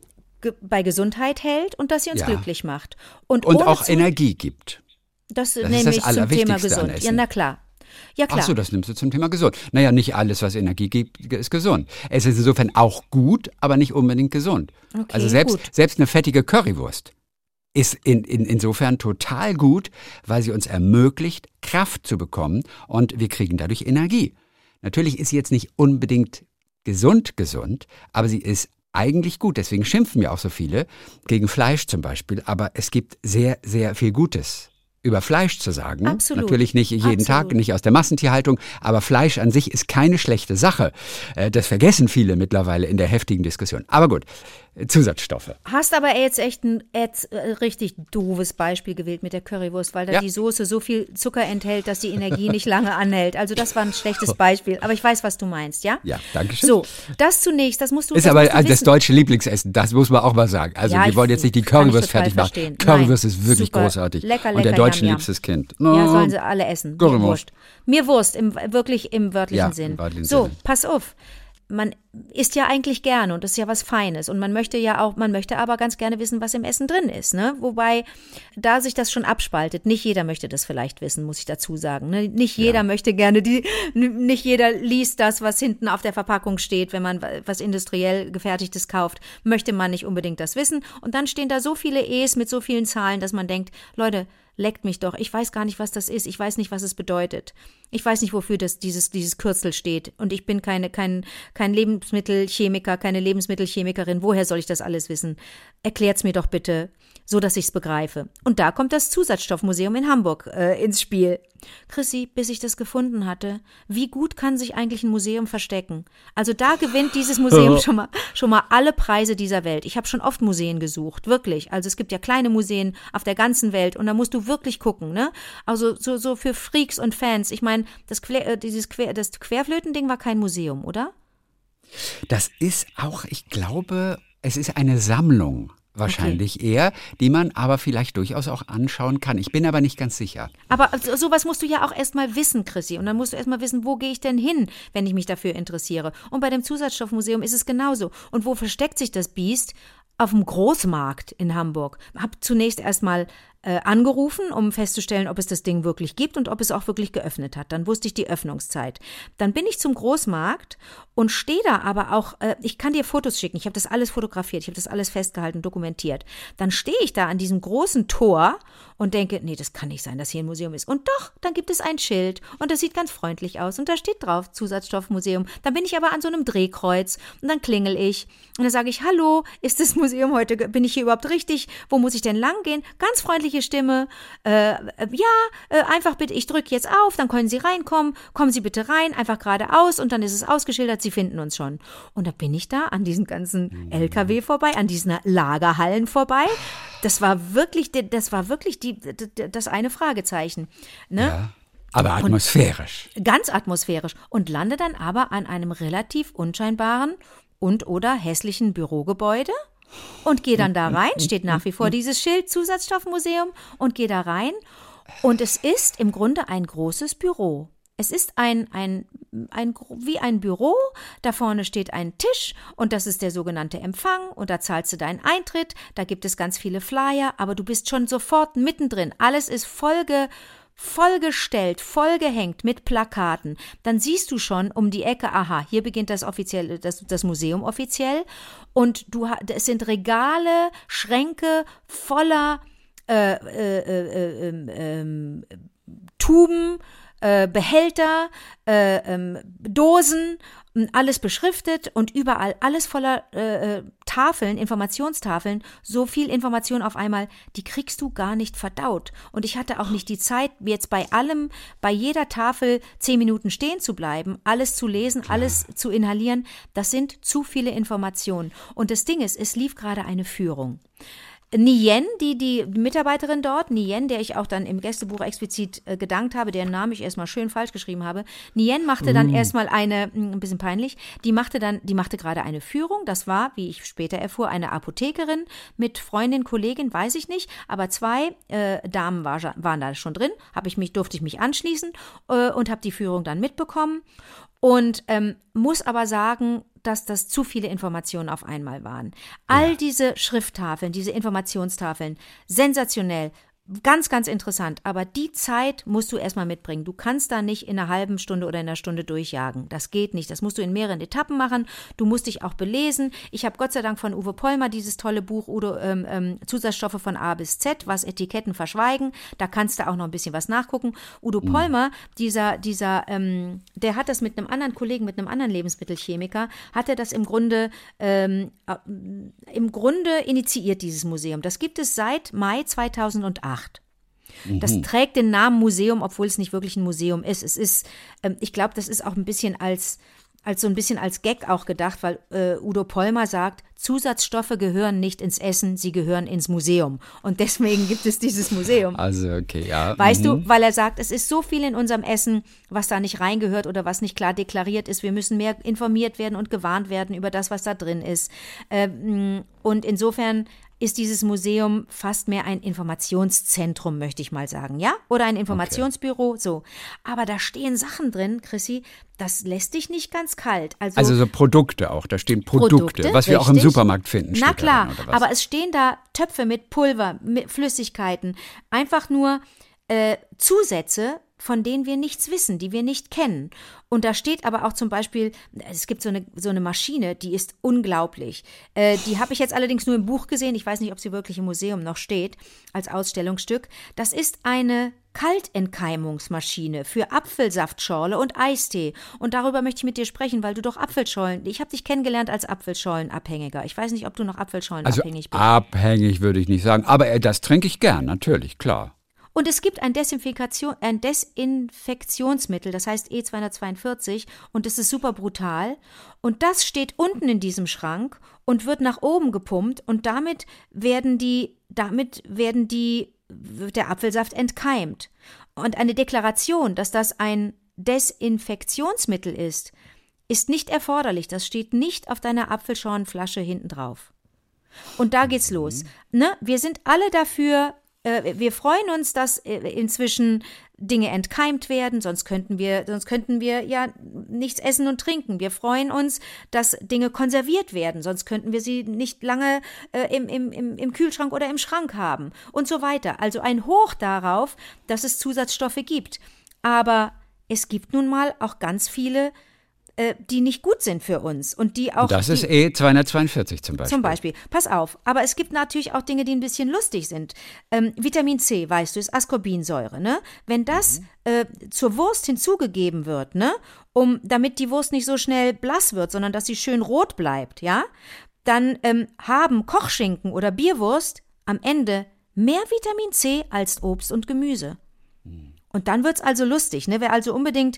bei Gesundheit hält und dass sie uns glücklich macht. Und auch Energie gibt. Das nehme ich zum Thema gesund. Ja, na klar. Ja, klar. Ach so, das nimmst du zum Thema gesund. Naja, nicht alles, was Energie gibt, ist gesund. Es ist insofern auch gut, aber nicht unbedingt gesund. Okay, also selbst eine fettige Currywurst ist insofern total gut, weil sie uns ermöglicht, Kraft zu bekommen und wir kriegen dadurch Energie. Natürlich ist sie jetzt nicht unbedingt gesund, aber sie ist eigentlich gut. Deswegen schimpfen ja auch so viele gegen Fleisch zum Beispiel. Aber es gibt sehr, sehr viel Gutes über Fleisch zu sagen. Absolut. Natürlich nicht jeden Tag, nicht aus der Massentierhaltung, aber Fleisch an sich ist keine schlechte Sache. Das vergessen viele mittlerweile in der heftigen Diskussion. Aber gut, Zusatzstoffe. Hast aber jetzt echt ein richtig doofes Beispiel gewählt mit der Currywurst, weil da die Soße so viel Zucker enthält, dass die Energie nicht lange anhält. Also das war ein schlechtes Beispiel, aber ich weiß, was du meinst, ja? Ja, danke schön. So, das zunächst, das musst du Ist das aber musst du das deutsche Lieblingsessen, das muss man auch mal sagen. Also wir wollen jetzt nicht die Currywurst fertig machen. Currywurst ist wirklich super, großartig. Lecker, und der lecker, Deutschen yum, liebstes Kind. Ja, sollen sie alle essen. Mir Wurst, wirklich im wörtlichen Sinn. Im wörtlichen So, Sinne. pass auf. Man isst ja eigentlich gerne und das ist ja was Feines und man möchte aber ganz gerne wissen, was im Essen drin ist, ne? Wobei, da sich das schon abspaltet, nicht jeder möchte das vielleicht wissen, muss ich dazu sagen, ne? Nicht jeder möchte gerne nicht jeder liest das, was hinten auf der Verpackung steht, wenn man was industriell gefertigtes kauft, möchte man nicht unbedingt das wissen und dann stehen da so viele E's mit so vielen Zahlen, dass man denkt, Leute, leckt mich doch, ich weiß gar nicht, was das ist, ich weiß nicht, was es bedeutet. Ich weiß nicht, wofür dieses Kürzel steht und ich bin kein Lebensmittelchemiker, keine Lebensmittelchemikerin, woher soll ich das alles wissen? Erklärt's mir doch bitte, so dass ich's begreife. Und da kommt das Zusatzstoffmuseum in Hamburg ins Spiel. Chrissy, bis ich das gefunden hatte, wie gut kann sich eigentlich ein Museum verstecken? Also da gewinnt dieses Museum schon mal alle Preise dieser Welt. Ich habe schon oft Museen gesucht, wirklich. Also es gibt ja kleine Museen auf der ganzen Welt und da musst du wirklich gucken, ne? Also so für Freaks und Fans. Ich meine, das Querflötending war kein Museum, oder? Das ist auch, ich glaube, es ist eine Sammlung. Wahrscheinlich eher, die man aber vielleicht durchaus auch anschauen kann. Ich bin aber nicht ganz sicher. Aber sowas musst du ja auch erstmal wissen, Chrissy. Und dann musst du erstmal wissen, wo gehe ich denn hin, wenn ich mich dafür interessiere. Und bei dem Zusatzstoffmuseum ist es genauso. Und wo versteckt sich das Biest? Auf dem Großmarkt in Hamburg. Hab zunächst erstmal angerufen, um festzustellen, ob es das Ding wirklich gibt und ob es auch wirklich geöffnet hat. Dann wusste ich die Öffnungszeit. Dann bin ich zum Großmarkt und stehe da aber auch, ich kann dir Fotos schicken, ich habe das alles fotografiert, ich habe das alles festgehalten, dokumentiert. Dann stehe ich da an diesem großen Tor und denke, nee, das kann nicht sein, dass hier ein Museum ist. Und doch, dann gibt es ein Schild und das sieht ganz freundlich aus und da steht drauf, Zusatzstoffmuseum. Dann bin ich aber an so einem Drehkreuz und dann klingel ich und dann sage ich, hallo, ist das Museum heute, bin ich hier überhaupt richtig? Wo muss ich denn lang gehen? Ganz freundliche Stimme, einfach bitte, ich drücke jetzt auf, dann können Sie reinkommen, kommen Sie bitte rein, einfach geradeaus und dann ist es ausgeschildert, Sie finden uns schon. Und da bin ich da an diesen ganzen LKW vorbei, an diesen Lagerhallen vorbei. Das war wirklich das eine Fragezeichen. Ne? Ja, aber atmosphärisch. Und ganz atmosphärisch. Und lande dann aber an einem relativ unscheinbaren und/oder hässlichen Bürogebäude. Und gehe dann da rein, steht nach wie vor dieses Schild, Zusatzstoffmuseum, und gehe da rein. Und es ist im Grunde ein großes Büro. Es ist wie ein Büro, da vorne steht ein Tisch und das ist der sogenannte Empfang und da zahlst du deinen Eintritt, da gibt es ganz viele Flyer, aber du bist schon sofort mittendrin. Alles ist vollgestellt, vollgehängt mit Plakaten. Dann siehst du schon um die Ecke, aha, hier beginnt das Museum offiziell und es sind Regale, Schränke voller Tuben, Behälter, Dosen, alles beschriftet und überall alles voller Tafeln, Informationstafeln, so viel Information auf einmal, die kriegst du gar nicht verdaut. Und ich hatte auch nicht die Zeit, jetzt bei jeder Tafel 10 Minuten stehen zu bleiben, alles zu lesen, alles zu inhalieren. Das sind zu viele Informationen. Und das Ding ist, es lief gerade eine Führung. Nien, die Mitarbeiterin dort, Nien, der ich auch dann im Gästebuch explizit gedankt habe, deren Namen ich erstmal schön falsch geschrieben habe. Nien machte dann erstmal ein bisschen peinlich, die machte gerade eine Führung. Das war, wie ich später erfuhr, eine Apothekerin mit Freundin, Kollegin, weiß ich nicht, aber 2 Damen waren da schon drin, durfte ich mich anschließen und habe die Führung dann mitbekommen. Und muss aber sagen, dass das zu viele Informationen auf einmal waren. All diese Schrifttafeln, diese Informationstafeln, sensationell, ganz, ganz interessant. Aber die Zeit musst du erstmal mitbringen. Du kannst da nicht in einer halben Stunde oder in einer Stunde durchjagen. Das geht nicht. Das musst du in mehreren Etappen machen. Du musst dich auch belesen. Ich habe Gott sei Dank von Uwe Pollmer dieses tolle Buch Zusatzstoffe von A bis Z, was Etiketten verschweigen. Da kannst du auch noch ein bisschen was nachgucken. Udo Pollmer, der hat das mit einem anderen Kollegen, mit einem anderen Lebensmittelchemiker, hat er das im Grunde initiiert, dieses Museum. Das gibt es seit Mai 2008. Das trägt den Namen Museum, obwohl es nicht wirklich ein Museum ist. Es ist, ich glaube, das ist auch ein bisschen als Gag auch gedacht, weil Udo Pollmer sagt, Zusatzstoffe gehören nicht ins Essen, sie gehören ins Museum. Und deswegen gibt es dieses Museum. Also, okay, ja. Weißt du, weil er sagt, es ist so viel in unserem Essen, was da nicht reingehört oder was nicht klar deklariert ist. Wir müssen mehr informiert werden und gewarnt werden über das, was da drin ist. Und insofern ist dieses Museum fast mehr ein Informationszentrum, möchte ich mal sagen, ja? Oder ein Informationsbüro, so. Aber da stehen Sachen drin, Chrissy, das lässt dich nicht ganz kalt. Also so Produkte auch, da stehen Produkte was wir auch im richtig. Supermarkt finden. Na klar, darin, oder was? aber es stehen da Töpfe mit Pulver, mit Flüssigkeiten, einfach nur Zusätze, von denen wir nichts wissen, die wir nicht kennen. Und da steht aber auch zum Beispiel, es gibt so eine Maschine, die ist unglaublich. Die habe ich jetzt allerdings nur im Buch gesehen. Ich weiß nicht, ob sie wirklich im Museum noch steht, als Ausstellungsstück. Das ist eine Kaltentkeimungsmaschine für Apfelsaftschorle und Eistee. Und darüber möchte ich mit dir sprechen, weil du doch ich habe dich kennengelernt als Apfelschollenabhängiger. Ich weiß nicht, ob du noch Apfelschollenabhängig bist. Abhängig würde ich nicht sagen, aber das trinke ich gern, natürlich, klar. Und es gibt ein Desinfektionsmittel, das heißt E242, und es ist super brutal. Und das steht unten in diesem Schrank und wird nach oben gepumpt und damit wird der Apfelsaft entkeimt. Und eine Deklaration, dass das ein Desinfektionsmittel ist nicht erforderlich. Das steht nicht auf deiner Apfelschorlenflasche hinten drauf. Und da geht's los. Ne? Wir sind alle dafür. Wir freuen uns, dass inzwischen Dinge entkeimt werden, sonst könnten wir ja nichts essen und trinken. Wir freuen uns, dass Dinge konserviert werden, sonst könnten wir sie nicht lange im Kühlschrank oder im Schrank haben und so weiter. Also ein Hoch darauf, dass es Zusatzstoffe gibt. Aber es gibt nun mal auch ganz viele, die nicht gut sind für uns. Und die auch. Das ist E242 zum Beispiel. Zum Beispiel. Pass auf. Aber es gibt natürlich auch Dinge, die ein bisschen lustig sind. Vitamin C, weißt du, ist Ascorbinsäure, ne? Wenn das zur Wurst hinzugegeben wird, ne? Damit die Wurst nicht so schnell blass wird, sondern dass sie schön rot bleibt, ja? Dann haben Kochschinken oder Bierwurst am Ende mehr Vitamin C als Obst und Gemüse. Und dann wird's also lustig, ne? Wer also unbedingt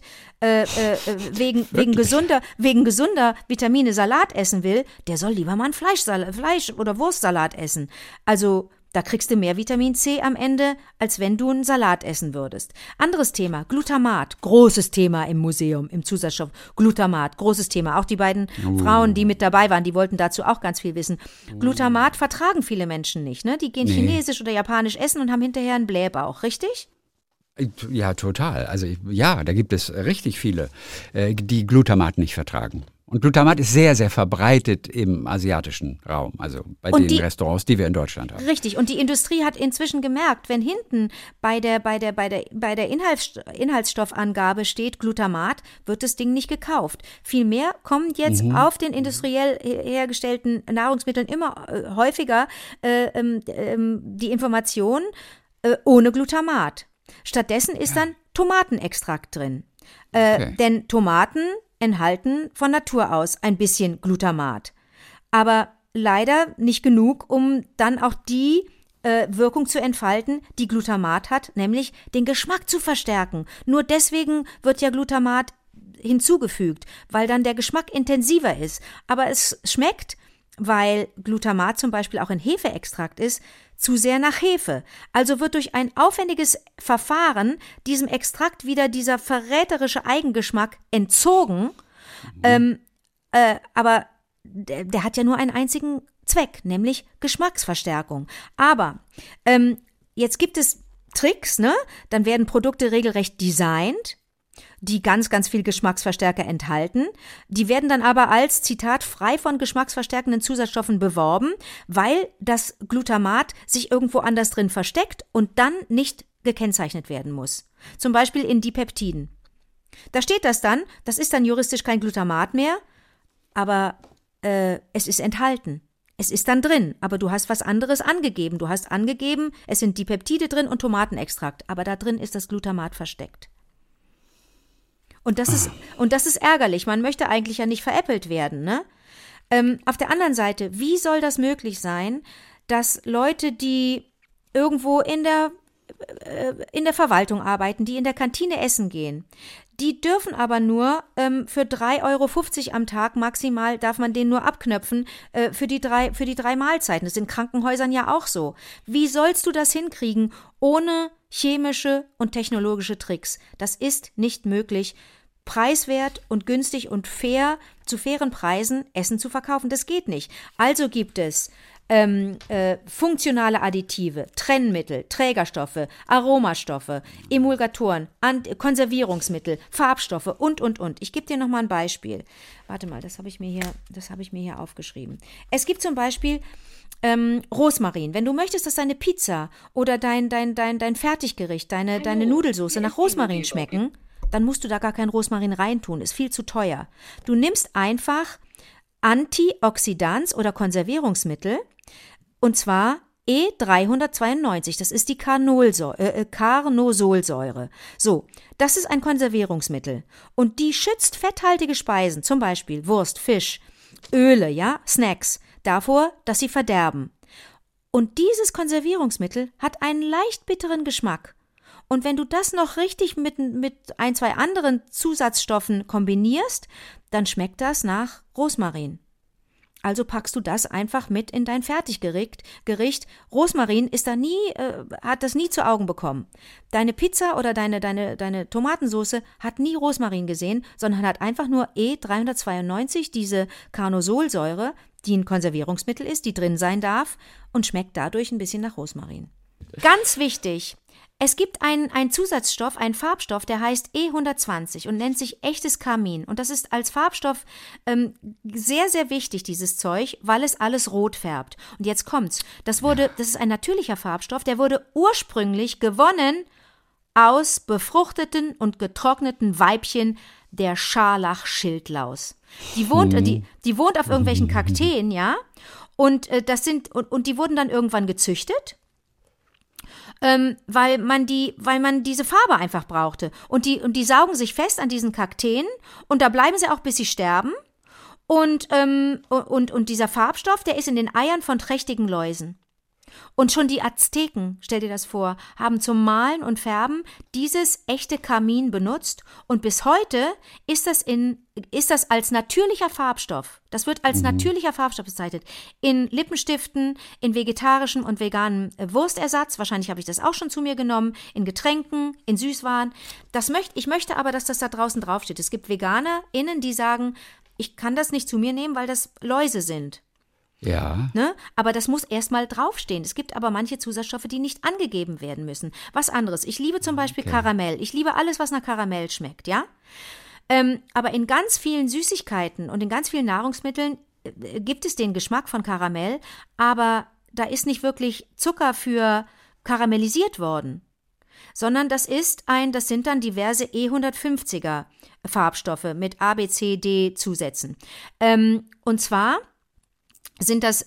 wegen gesunder Vitamine Salat essen will, der soll lieber mal einen Fleisch- oder Wurstsalat essen. Also da kriegst du mehr Vitamin C am Ende, als wenn du einen Salat essen würdest. Anderes Thema, Glutamat, großes Thema im Museum, im Zusatzstoff. Glutamat, großes Thema. Auch die beiden Frauen, die mit dabei waren, die wollten dazu auch ganz viel wissen. Glutamat vertragen viele Menschen nicht, ne? Die gehen chinesisch oder japanisch essen und haben hinterher einen Blähbauch, richtig? Ja, total. Also da gibt es richtig viele, die Glutamat nicht vertragen. Und Glutamat ist sehr, sehr verbreitet im asiatischen Raum, also bei den Restaurants, die wir in Deutschland haben. Richtig, und die Industrie hat inzwischen gemerkt, wenn hinten bei der Inhaltsstoffangabe steht Glutamat, wird das Ding nicht gekauft. Vielmehr kommen jetzt auf den industriell hergestellten Nahrungsmitteln immer häufiger die Information ohne Glutamat. Stattdessen ist dann Tomatenextrakt drin. Denn Tomaten enthalten von Natur aus ein bisschen Glutamat. Aber leider nicht genug, um dann auch die Wirkung zu entfalten, die Glutamat hat, nämlich den Geschmack zu verstärken. Nur deswegen wird ja Glutamat hinzugefügt, weil dann der Geschmack intensiver ist. Aber es schmeckt, weil Glutamat zum Beispiel auch in Hefeextrakt ist, zu sehr nach Hefe. Also wird durch ein aufwendiges Verfahren diesem Extrakt wieder dieser verräterische Eigengeschmack entzogen. Aber der hat ja nur einen einzigen Zweck, nämlich Geschmacksverstärkung. Aber jetzt gibt es Tricks, ne? Dann werden Produkte regelrecht designt, die ganz, ganz viel Geschmacksverstärker enthalten. Die werden dann aber als, Zitat, frei von geschmacksverstärkenden Zusatzstoffen beworben, weil das Glutamat sich irgendwo anders drin versteckt und dann nicht gekennzeichnet werden muss. Zum Beispiel in Dipeptiden. Da steht das ist dann juristisch kein Glutamat mehr, aber es ist enthalten. Es ist dann drin, aber du hast was anderes angegeben. Du hast angegeben, es sind Dipeptide drin und Tomatenextrakt, aber da drin ist das Glutamat versteckt. Und das ist ärgerlich. Man möchte eigentlich ja nicht veräppelt werden, ne? Auf der anderen Seite, wie soll das möglich sein, dass Leute, die irgendwo in der in der Verwaltung arbeiten, die in der Kantine essen gehen, die dürfen aber nur für 3,50 € am Tag maximal, darf man den nur abknöpfen für die drei Mahlzeiten. Das ist in Krankenhäusern ja auch so. Wie sollst du das hinkriegen ohne chemische und technologische Tricks? Das ist nicht möglich, preiswert und günstig und fair, zu fairen Preisen Essen zu verkaufen. Das geht nicht. Also gibt es funktionale Additive, Trennmittel, Trägerstoffe, Aromastoffe, Emulgatoren, Konservierungsmittel, Farbstoffe und. Ich gebe dir noch mal ein Beispiel. Warte mal, das habe ich mir hier aufgeschrieben. Es gibt zum Beispiel Rosmarin. Wenn du möchtest, dass deine Pizza oder dein Fertiggericht, deine Nudelsoße nach Rosmarin schmecken, dann musst du da gar kein Rosmarin reintun. Ist viel zu teuer. Du nimmst einfach Antioxidants oder Konservierungsmittel, und zwar E392, das ist die Carnosolsäure. So, das ist ein Konservierungsmittel und die schützt fetthaltige Speisen, zum Beispiel Wurst, Fisch, Öle, ja, Snacks, davor, dass sie verderben. Und dieses Konservierungsmittel hat einen leicht bitteren Geschmack. Und wenn du das noch richtig mit ein, zwei anderen Zusatzstoffen kombinierst, dann schmeckt das nach Rosmarin. Also packst du das einfach mit in dein Fertiggericht. Rosmarin hat das nie zu Augen bekommen. Deine Pizza oder deine Tomatensauce hat nie Rosmarin gesehen, sondern hat einfach nur E392, diese Carnosolsäure, die ein Konservierungsmittel ist, die drin sein darf und schmeckt dadurch ein bisschen nach Rosmarin. Ganz wichtig. Es gibt einen Zusatzstoff, einen Farbstoff, der heißt E120 und nennt sich echtes Karmin. Und das ist als Farbstoff sehr, sehr wichtig, dieses Zeug, weil es alles rot färbt. Und jetzt kommt's. Das ist ein natürlicher Farbstoff, der wurde ursprünglich gewonnen aus befruchteten und getrockneten Weibchen der Scharlachschildlaus. Die wohnt auf irgendwelchen Kakteen, ja? Und die wurden dann irgendwann gezüchtet. Weil man diese Farbe einfach brauchte. Und die saugen sich fest an diesen Kakteen und da bleiben sie auch, bis sie sterben. Und dieser Farbstoff, der ist in den Eiern von trächtigen Läusen. Und schon die Azteken, stell dir das vor, haben zum Malen und Färben dieses echte Karmin benutzt und bis heute ist das als natürlicher Farbstoff. Das wird als natürlicher Farbstoff bezeichnet. In Lippenstiften, in vegetarischem und veganem Wurstersatz, wahrscheinlich habe ich das auch schon zu mir genommen, in Getränken, in Süßwaren. Ich möchte aber, dass das da draußen draufsteht. Es gibt VeganerInnen, die sagen, ich kann das nicht zu mir nehmen, weil das Läuse sind. Ja. Ne? Aber das muss erstmal draufstehen. Es gibt aber manche Zusatzstoffe, die nicht angegeben werden müssen. Was anderes. Ich liebe zum Beispiel Karamell. Ich liebe alles, was nach Karamell schmeckt, ja? Aber in ganz vielen Süßigkeiten und in ganz vielen Nahrungsmitteln gibt es den Geschmack von Karamell, aber da ist nicht wirklich Zucker für karamellisiert worden. Sondern das sind dann diverse E150er Farbstoffe mit A, B, C, D Zusätzen. Und zwar das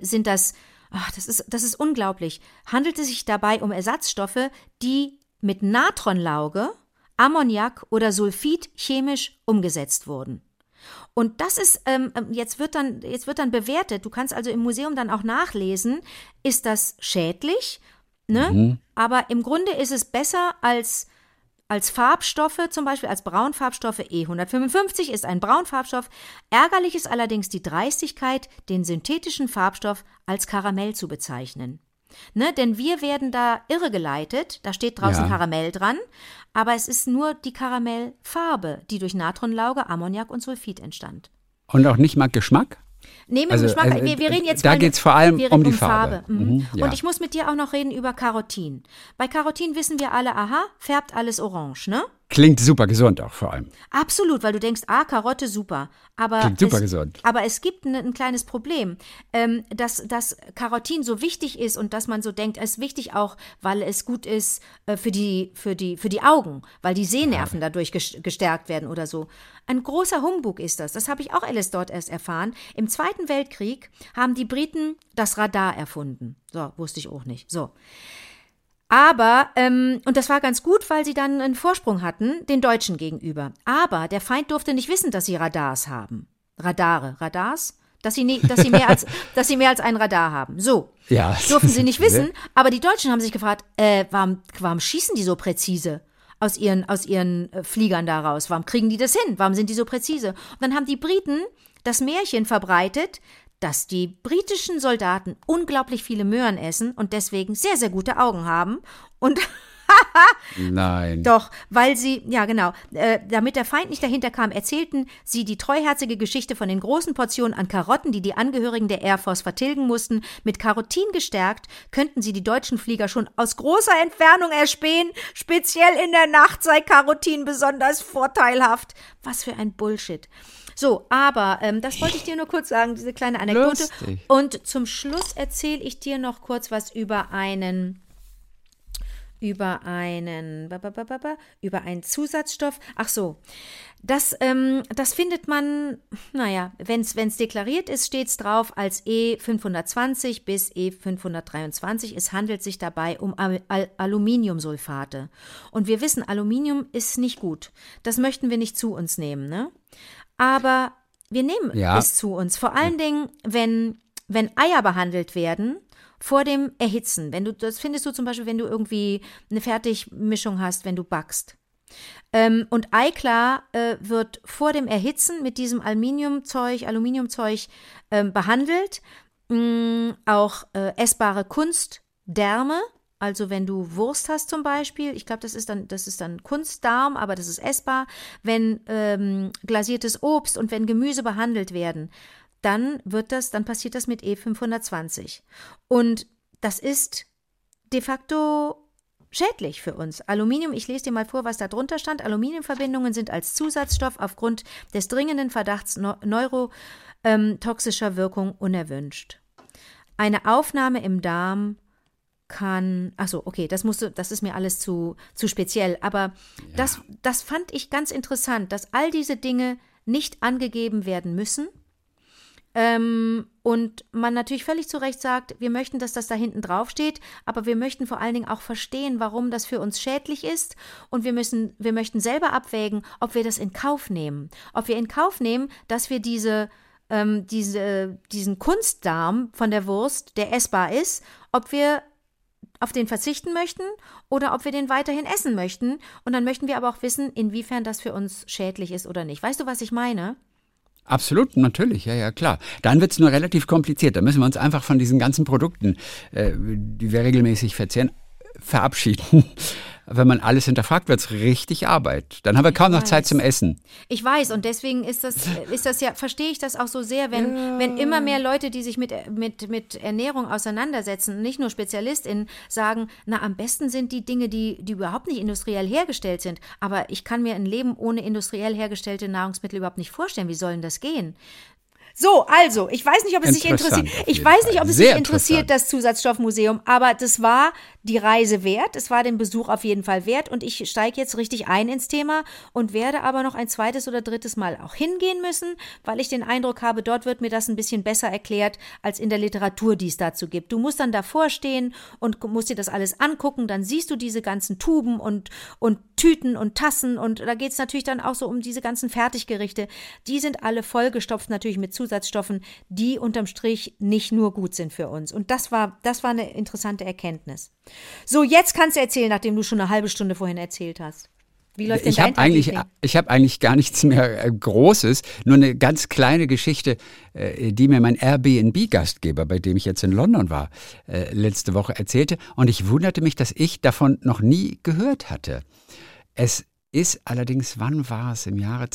ist unglaublich, handelt es sich dabei um Ersatzstoffe, die mit Natronlauge, Ammoniak oder Sulfid chemisch umgesetzt wurden. Und das ist, jetzt wird dann bewertet, du kannst also im Museum dann auch nachlesen, ist das schädlich, ne? Aber im Grunde ist es besser als Farbstoffe, zum Beispiel als Braunfarbstoffe. E155 ist ein Braunfarbstoff. Ärgerlich ist allerdings die Dreistigkeit, den synthetischen Farbstoff als Karamell zu bezeichnen. Ne? Denn wir werden da irregeleitet, da steht draußen Karamell dran, aber es ist nur die Karamellfarbe, die durch Natronlauge, Ammoniak und Sulfid entstand. Und auch nicht mal Geschmack? Nee, mit Geschmack. Wir reden jetzt da geht es vor allem um die Farbe. Und ich muss mit dir auch noch reden über Carotin. Bei Carotin wissen wir alle, aha, färbt alles orange, ne? Klingt super gesund auch vor allem. Absolut, weil du denkst, Karotte, super. Klingt super gesund. Aber es gibt ein kleines Problem, dass Carotin so wichtig ist und dass man so denkt, es ist wichtig auch, weil es gut ist für die Augen, weil die Sehnerven dadurch gestärkt werden oder so. Ein großer Humbug ist das. Das habe ich auch alles dort erst erfahren. Im Zweiten Weltkrieg haben die Briten das Radar erfunden. So, wusste ich auch nicht. So. Aber, und das war ganz gut, weil sie dann einen Vorsprung hatten, den Deutschen gegenüber. Aber der Feind durfte nicht wissen, dass sie Radars haben. Radars? dass sie mehr als ein Radar haben. So. Ja. Durften sie nicht wissen, aber die Deutschen haben sich gefragt, warum schießen die so präzise aus ihren Fliegern da raus? Warum kriegen die das hin? Warum sind die so präzise? Und dann haben die Briten das Märchen verbreitet, dass die britischen Soldaten unglaublich viele Möhren essen und deswegen sehr, sehr gute Augen haben. Und Nein. doch, weil sie, ja genau, damit der Feind nicht dahinter kam, erzählten sie die treuherzige Geschichte von den großen Portionen an Karotten, die die Angehörigen der Air Force vertilgen mussten. Mit Karotin gestärkt, könnten sie die deutschen Flieger schon aus großer Entfernung erspähen. Speziell in der Nacht sei Karotin besonders vorteilhaft. Was für ein Bullshit. So, aber das wollte ich dir nur kurz sagen, diese kleine Anekdote. Lustig. Und zum Schluss erzähle ich dir noch kurz was über einen Zusatzstoff. Ach so, das findet man, naja, wenn es deklariert ist, steht es drauf als E520 bis E523. Es handelt sich dabei um Aluminiumsulfate. Und wir wissen, Aluminium ist nicht gut. Das möchten wir nicht zu uns nehmen, ne? Aber wir nehmen es zu uns. Vor allen Dingen, wenn Eier behandelt werden, vor dem Erhitzen. Das findest du zum Beispiel, wenn du irgendwie eine Fertigmischung hast, wenn du backst. Und Eiklar wird vor dem Erhitzen mit diesem Aluminiumzeug behandelt. Auch essbare Kunstdärme. Also wenn du Wurst hast zum Beispiel, ich glaube, das ist dann Kunstdarm, aber das ist essbar. Wenn glasiertes Obst und wenn Gemüse behandelt werden, dann passiert das mit E520. Und das ist de facto schädlich für uns. Aluminium, ich lese dir mal vor, was da drunter stand. Aluminiumverbindungen sind als Zusatzstoff aufgrund des dringenden Verdachts neurotoxischer Wirkung unerwünscht. Eine Aufnahme im Darm kann, das ist mir alles zu speziell, aber das fand ich ganz interessant, dass all diese Dinge nicht angegeben werden müssen. Und man natürlich völlig zu Recht sagt, wir möchten, dass das da hinten drauf steht, aber wir möchten vor allen Dingen auch verstehen, warum das für uns schädlich ist, und wir möchten selber abwägen, ob wir das in Kauf nehmen. Ob wir in Kauf nehmen, dass wir diesen Kunstdarm von der Wurst, der essbar ist, ob wir auf den verzichten möchten oder ob wir den weiterhin essen möchten. Und dann möchten wir aber auch wissen, inwiefern das für uns schädlich ist oder nicht. Weißt du, was ich meine? Absolut, natürlich, ja, klar. Dann wird es nur relativ kompliziert. Da müssen wir uns einfach von diesen ganzen Produkten, die wir regelmäßig verzehren, verabschieden. Wenn man alles hinterfragt, wird es richtig Arbeit. Dann haben wir kaum noch Zeit zum Essen. Ich weiß, und deswegen ist das ja, verstehe ich das auch so sehr, wenn immer mehr Leute, die sich mit Ernährung auseinandersetzen, nicht nur SpezialistInnen, sagen, na, am besten sind die Dinge, die überhaupt nicht industriell hergestellt sind. Aber ich kann mir ein Leben ohne industriell hergestellte Nahrungsmittel überhaupt nicht vorstellen. Wie soll denn das gehen? So, also, ich weiß nicht, ob es dich interessiert. Ich weiß nicht, ob es dich interessiert, das Zusatzstoffmuseum, aber das war die Reise wert. Es war den Besuch auf jeden Fall wert, und ich steige jetzt richtig ein ins Thema und werde aber noch ein zweites oder drittes Mal auch hingehen müssen, weil ich den Eindruck habe, dort wird mir das ein bisschen besser erklärt, als in der Literatur, die es dazu gibt. Du musst dann davor stehen und musst dir das alles angucken, dann siehst du diese ganzen Tuben und Tüten und Tassen, und da geht es natürlich dann auch so um diese ganzen Fertiggerichte. Die sind alle vollgestopft natürlich mit Zusatzstoffen, die unterm Strich nicht nur gut sind für uns. Und das war eine interessante Erkenntnis. So, jetzt kannst du erzählen, nachdem du schon eine halbe Stunde vorhin erzählt hast. Wie läuft denn dein Tag? Ich habe eigentlich gar nichts mehr Großes, nur eine ganz kleine Geschichte, die mir mein Airbnb-Gastgeber, bei dem ich jetzt in London war, letzte Woche erzählte. Und ich wunderte mich, dass ich davon noch nie gehört hatte. Es ist allerdings, wann war es? Im Jahre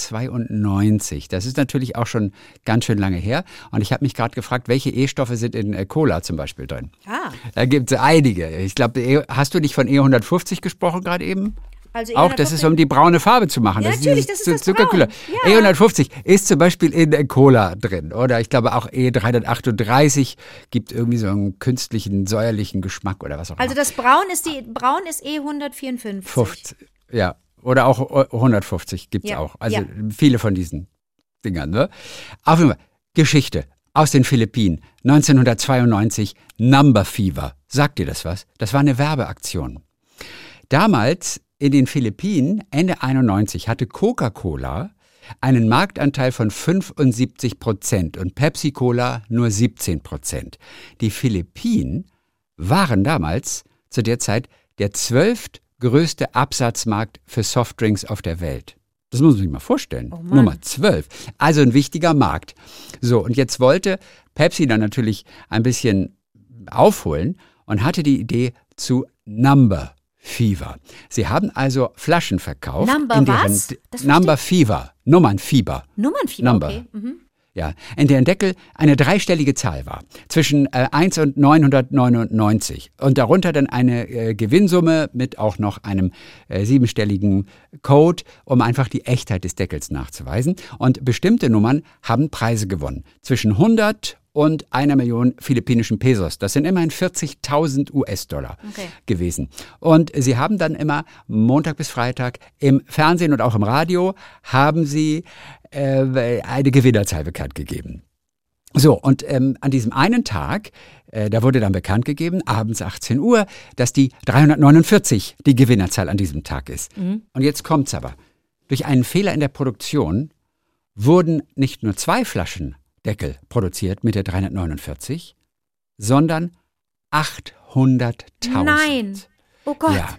92. Das ist natürlich auch schon ganz schön lange her. Und ich habe mich gerade gefragt, welche E-Stoffe sind in Cola zum Beispiel drin? Da gibt es einige. Ich glaube, hast du nicht von E150 gesprochen gerade eben? Also auch, das ist, um die braune Farbe zu machen. Ja, das natürlich, das ist das Zuckerkühler. Ja. E150 ist zum Beispiel in Cola drin. Oder ich glaube auch E338 gibt irgendwie so einen künstlichen, säuerlichen Geschmack oder was auch immer. Also das Braun ist E154. 50, ja. Oder auch 150 gibt es auch. Also viele von diesen Dingern. Ne? Auf jeden Fall, Geschichte aus den Philippinen. 1992, Number Fever. Sagt dir das was? Das war eine Werbeaktion. Damals in den Philippinen, Ende 91, hatte Coca-Cola einen Marktanteil von 75% und Pepsi-Cola nur 17%. Die Philippinen waren damals zu der Zeit der 12. größte Absatzmarkt für Softdrinks auf der Welt. Das muss man sich mal vorstellen. Nummer 12. Also ein wichtiger Markt. So, und jetzt wollte Pepsi dann natürlich ein bisschen aufholen und hatte die Idee zu Number Fever. Sie haben also Flaschen verkauft. Number Fever. Nummernfieber. Nummernfieber, okay. Mhm. Ja, in deren Deckel eine dreistellige Zahl war, zwischen 1 und 999 und darunter dann eine Gewinnsumme mit auch noch einem 7-stelligen Code, um einfach die Echtheit des Deckels nachzuweisen. Und bestimmte Nummern haben Preise gewonnen, zwischen 100 und 1 Million philippinischen Pesos. Das sind immerhin 40.000 US-Dollar gewesen. Und sie haben dann immer Montag bis Freitag im Fernsehen und auch im Radio haben sie eine Gewinnerzahl bekannt gegeben. So, und an diesem einen Tag, da wurde dann bekannt gegeben, abends 18 Uhr, dass die 349 die Gewinnerzahl an diesem Tag ist. Mhm. Und jetzt kommt's aber. Durch einen Fehler in der Produktion wurden nicht nur 2 Flaschendeckel produziert mit der 349, sondern 800.000. Nein! Oh Gott! Ja.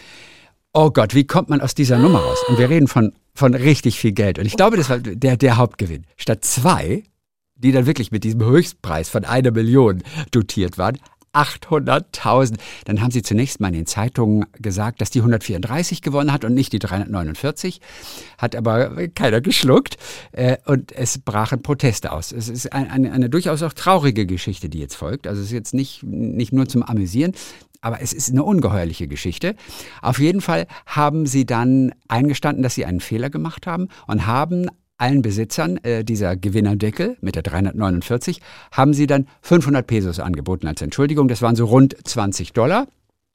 Oh Gott, wie kommt man aus dieser Nummer raus? Und wir reden von richtig viel Geld. Und ich glaube, das war der Hauptgewinn. Statt 2, die dann wirklich mit diesem Höchstpreis von 1 Million dotiert waren, 800.000. Dann haben sie zunächst mal in den Zeitungen gesagt, dass die 134 gewonnen hat und nicht die 349. Hat aber keiner geschluckt. Und es brachen Proteste aus. Es ist eine durchaus auch traurige Geschichte, die jetzt folgt. Also es ist jetzt nicht nur zum Amüsieren, aber es ist eine ungeheuerliche Geschichte. Auf jeden Fall haben sie dann eingestanden, dass sie einen Fehler gemacht haben und haben allen Besitzern dieser Gewinnerdeckel mit der 349, haben sie dann 500 Pesos angeboten als Entschuldigung. Das waren so rund $20.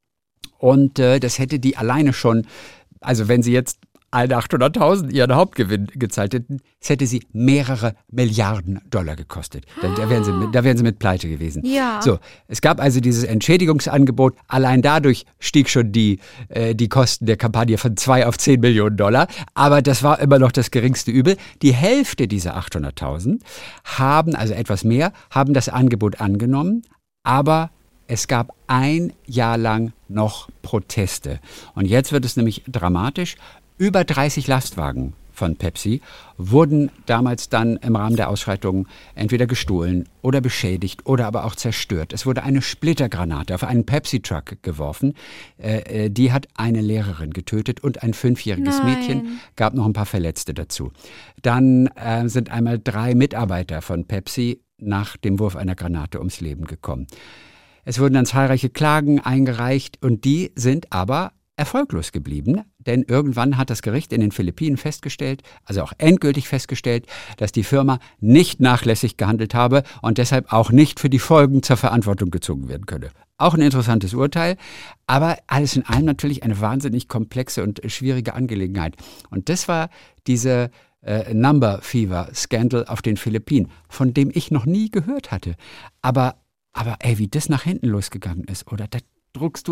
Und das hätte die alleine schon, also wenn sie jetzt alle 800.000 ihren Hauptgewinn gezahlt hätten, es hätte sie mehrere Milliarden Dollar gekostet. Da wären sie mit pleite gewesen. Ja. So, es gab also dieses Entschädigungsangebot. Allein dadurch stieg schon die Kosten der Kampagne von 2 auf 10 Millionen Dollar. Aber das war immer noch das geringste Übel. Die Hälfte dieser 800.000 haben, also etwas mehr, haben das Angebot angenommen. Aber es gab ein Jahr lang noch Proteste. Und jetzt wird es nämlich dramatisch. Über 30 Lastwagen von Pepsi wurden damals dann im Rahmen der Ausschreitungen entweder gestohlen oder beschädigt oder aber auch zerstört. Es wurde eine Splittergranate auf einen Pepsi-Truck geworfen. Die hat eine Lehrerin getötet und ein 5-jähriges Mädchen, gab noch ein paar Verletzte dazu. Dann sind einmal 3 Mitarbeiter von Pepsi nach dem Wurf einer Granate ums Leben gekommen. Es wurden dann zahlreiche Klagen eingereicht und die sind aber erfolglos geblieben, denn irgendwann hat das Gericht in den Philippinen festgestellt, also auch endgültig festgestellt, dass die Firma nicht nachlässig gehandelt habe und deshalb auch nicht für die Folgen zur Verantwortung gezogen werden könne. Auch ein interessantes Urteil, aber alles in allem natürlich eine wahnsinnig komplexe und schwierige Angelegenheit. Und das war diese Number Fever Scandal auf den Philippinen, von dem ich noch nie gehört hatte. Aber ey, wie das nach hinten losgegangen ist, oder? Da druckst du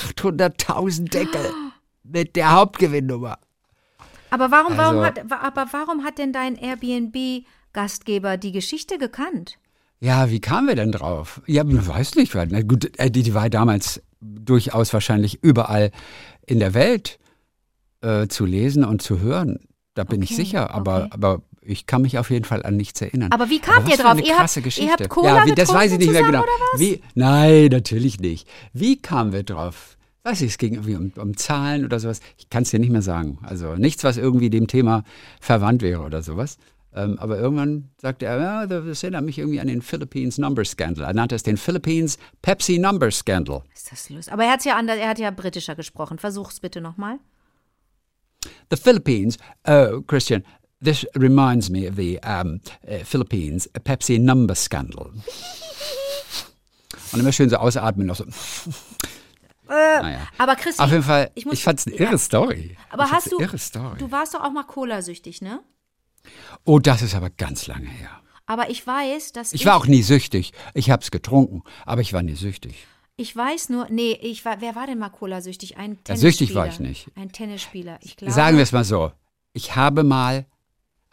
800.000 Deckel mit der Hauptgewinnnummer. Aber warum hat denn dein Airbnb-Gastgeber die Geschichte gekannt? Ja, wie kamen wir denn drauf? Ja, ich weiß nicht. Na gut, die war damals durchaus wahrscheinlich überall in der Welt zu lesen und zu hören. Da bin ich sicher, aber ich kann mich auf jeden Fall an nichts erinnern. Aber wie kamt ihr drauf? Eine krasse Geschichte. Ihr habt Cola getrunken das weiß ich nicht mehr genau. Oder was? Nein, natürlich nicht. Wie kamen wir drauf? Weiß ich, es ging irgendwie um Zahlen oder sowas. Ich kann es dir nicht mehr sagen. Also nichts, was irgendwie dem Thema verwandt wäre oder sowas. Aber irgendwann sagte er, ja, das erinnert mich irgendwie an den Philippines Number Scandal. Er nannte es den Philippines Pepsi Number Scandal. Ist das lustig? Aber er hat ja britischer gesprochen. Versuch's bitte nochmal. The Philippines, Christian, this reminds me of the Philippines Pepsi Number Scandal. Und immer schön so ausatmen, noch so. Naja. Aber Christian, auf jeden Fall, ich fand es eine irre Story. Aber du warst doch auch mal Cola-süchtig, ne? Oh, das ist aber ganz lange her. Aber ich weiß, dass ich war auch nie süchtig. Ich habe es getrunken, aber ich war nie süchtig. Ich weiß nur, wer war denn mal Cola-süchtig? Ein Tennisspieler. Ja, süchtig war ich nicht. Ein Tennisspieler, ich glaube. Sagen wir es mal so, ich habe mal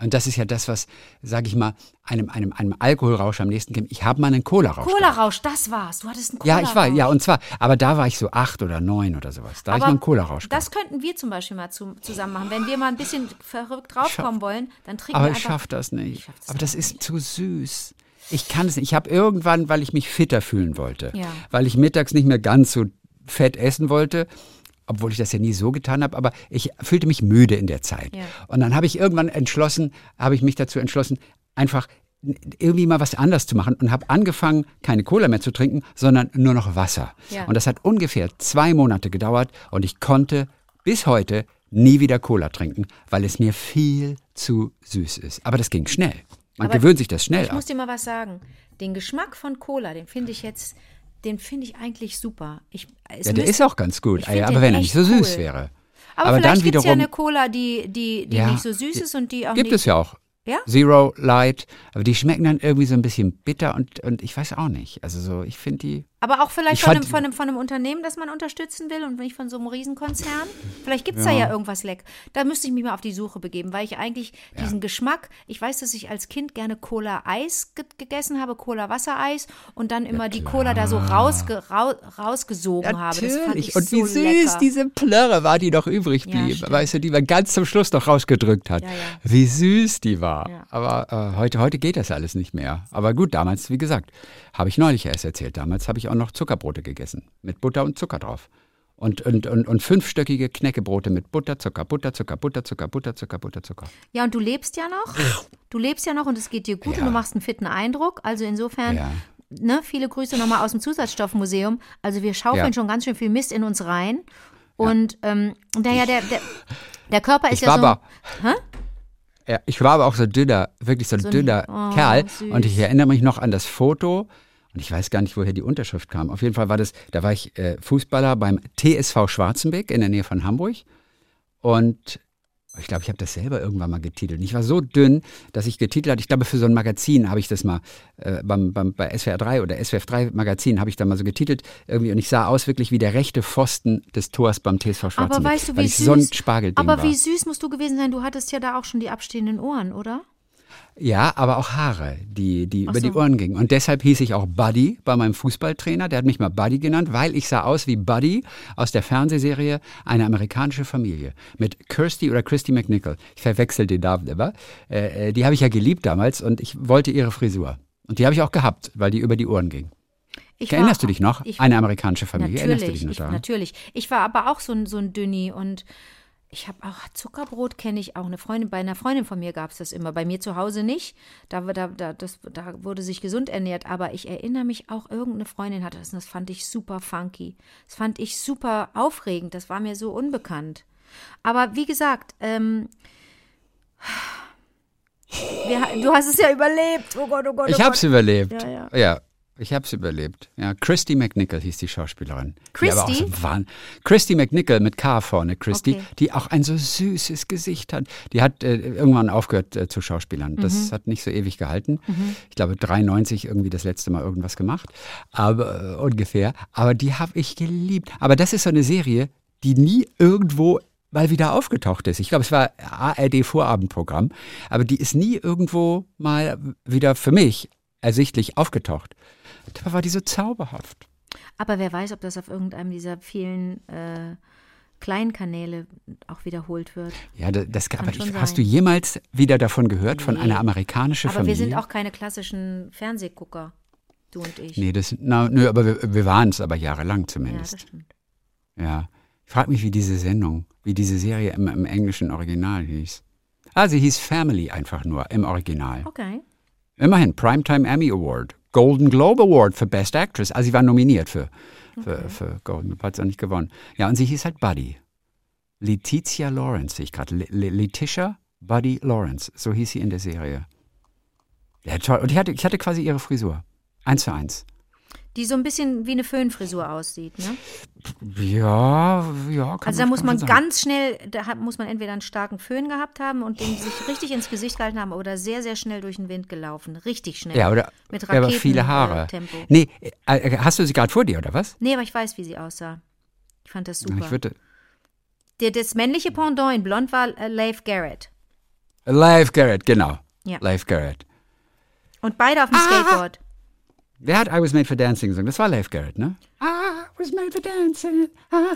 Und das ist ja das, was, sage ich mal, einem Alkoholrausch am nächsten kommt. Ich habe mal einen Cola-Rausch. Cola-Rausch, das war's. Du hattest einen Ja, und zwar, aber da war ich so 8 oder 9 oder sowas. Da habe ich mal einen Cola-Rausch Das könnten wir zum Beispiel mal zusammen machen. Wenn wir mal ein bisschen verrückt draufkommen wollen, dann trinken wir Aber einfach. ich schaffe das nicht. Aber das ist zu süß. Ich kann es nicht. Ich habe irgendwann, weil ich mich fitter fühlen wollte, weil ich mittags nicht mehr ganz so fett essen wollte, obwohl ich das ja nie so getan habe, aber ich fühlte mich müde in der Zeit. Ja. Und dann habe ich irgendwann mich dazu entschlossen, einfach irgendwie mal was anderes zu machen und habe angefangen, keine Cola mehr zu trinken, sondern nur noch Wasser. Ja. Und das hat ungefähr 2 Monate gedauert und ich konnte bis heute nie wieder Cola trinken, weil es mir viel zu süß ist. Aber das ging schnell. Man gewöhnt sich das schnell ab. Ich muss dir mal was sagen. Den Geschmack von Cola, den finde ich eigentlich super. Der ist auch ganz gut, aber wenn er nicht so süß wäre. Aber vielleicht gibt es ja eine Cola, die nicht so süß ist und die auch gibt nicht... Gibt es ja auch. Ja? Zero, Light, aber die schmecken dann irgendwie so ein bisschen bitter und ich weiß auch nicht. Also so, ich finde die... Aber auch vielleicht von einem Unternehmen, das man unterstützen will und nicht von so einem Riesenkonzern. Vielleicht gibt es da ja irgendwas leck. Da müsste ich mich mal auf die Suche begeben, weil ich eigentlich diesen Geschmack, ich weiß, dass ich als Kind gerne Cola-Eis gegessen habe, Cola-Wassereis und dann immer die Cola da so rausgesogen habe. Das fand ich und wie so süß lecker. Diese Plörre war, die noch übrig blieb. Ja, weißt du, die man ganz zum Schluss noch rausgedrückt hat. Ja, ja. Wie süß die war. Ja. Aber heute geht das alles nicht mehr. Aber gut, damals, wie gesagt, habe ich neulich erst erzählt. Damals habe ich auch noch Zuckerbrote gegessen. Mit Butter und Zucker drauf. Und 5-stöckige Knäckebrote mit Butter, Zucker, Butter, Zucker, Butter, Zucker, Butter, Zucker, Butter, Zucker. Ja, und du lebst ja noch. Und es geht dir gut und du machst einen fitten Eindruck. Also insofern, viele Grüße nochmal aus dem Zusatzstoffmuseum. Also wir schaufeln schon ganz schön viel Mist in uns rein. Und der Körper ist Ja, ich war aber auch so dünner, wirklich so ein dünner Kerl. Süß. Und ich erinnere mich noch an das Foto. Und ich weiß gar nicht, woher die Unterschrift kam. Auf jeden Fall da war ich Fußballer beim TSV Schwarzenbeck in der Nähe von Hamburg. Und ich glaube, ich habe das selber irgendwann mal getitelt. Und ich war so dünn, dass ich getitelt hatte, ich glaube, für so ein Magazin habe ich das mal, bei SWR 3 oder SWF 3 Magazin habe ich da mal so getitelt. Irgendwie, und ich sah aus wirklich wie der rechte Pfosten des Tors beim TSV Schwarzenbeck. Aber weißt du, wie süß, so ein Spargelding aber war. wie süß musst du gewesen sein? Du hattest ja da auch schon die abstehenden Ohren, oder? Ja, aber auch Haare, die über die Ohren gingen. Und deshalb hieß ich auch Buddy bei meinem Fußballtrainer. Der hat mich mal Buddy genannt, weil ich sah aus wie Buddy aus der Fernsehserie Eine amerikanische Familie mit Kirsty oder Christy McNichol. Ich verwechsel den Namen immer. Die habe ich ja geliebt damals und ich wollte ihre Frisur. Und die habe ich auch gehabt, weil die über die Ohren ging. Erinnerst du dich noch? Eine amerikanische Familie. Erinnerst du dich noch daran? Natürlich. Ich war aber auch so ein Dünni und ich habe auch Zuckerbrot, kenne ich auch. Bei einer Freundin von mir gab es das immer. Bei mir zu Hause nicht. Da wurde sich gesund ernährt. Aber ich erinnere mich auch, irgendeine Freundin hatte das und das fand ich super funky. Das fand ich super aufregend. Das war mir so unbekannt. Aber wie gesagt, du hast es ja überlebt. Oh Gott, oh Gott, oh Ich habe es überlebt. Ja. Ich habe es überlebt. Ja, Christy McNichol hieß die Schauspielerin. Christy? Christy McNichol mit K vorne, Christy, Okay. die auch ein so süßes Gesicht hat. Die hat irgendwann aufgehört zu Schauspielern. Das hat nicht so ewig gehalten. Ich glaube 93 irgendwie das letzte Mal irgendwas gemacht. Aber ungefähr. Aber die habe ich geliebt. Aber das ist so eine Serie, die nie irgendwo mal wieder aufgetaucht ist. Ich glaube, es war ARD-Vorabendprogramm. Aber die ist nie irgendwo mal wieder für mich ersichtlich aufgetaucht. Da war die so zauberhaft. Aber wer weiß, ob das auf irgendeinem dieser vielen kleinen Kanäle auch wiederholt wird. Ja, schon hast sein. du jemals wieder davon gehört, von einer amerikanischen Aber Familie? wir sind auch keine klassischen Fernsehgucker, du und ich. Nee, aber wir waren es aber jahrelang Ja, zumindest. das stimmt. Ja. Ich frage mich, wie diese Serie im englischen Original hieß. Sie hieß Family einfach nur im Original. Okay. Immerhin, Primetime Emmy Award, Golden Globe Award für Best Actress. Also sie war nominiert für Golden Globe, hat sie auch nicht gewonnen. Ja, und sie hieß halt Buddy. Letitia Lawrence, sehe ich gerade. Letitia Buddy Lawrence, so hieß sie in der Serie. Ja, toll. Und ich hatte quasi ihre Frisur. 1:1. Die so ein bisschen wie eine Föhnfrisur aussieht, ne? Ja, Also da muss man ganz schnell, muss man entweder einen starken Föhn gehabt haben und den sich richtig ins Gesicht gehalten haben oder sehr, sehr schnell durch den Wind gelaufen. Richtig schnell. Ja, oder mit aber viele Haare. Tempo. Nee, hast du sie gerade vor dir, oder was? Nee, aber ich weiß, wie sie aussah. Ich fand das super. Ich würde... Das männliche Pendant in Blond war Leif Garrett. Leif Garrett, genau. Ja. Leif Garrett. Und beide auf dem Skateboard. Wer hat I Was Made for Dancing gesungen? Das war Leif Garrett, ne? I was made for dancing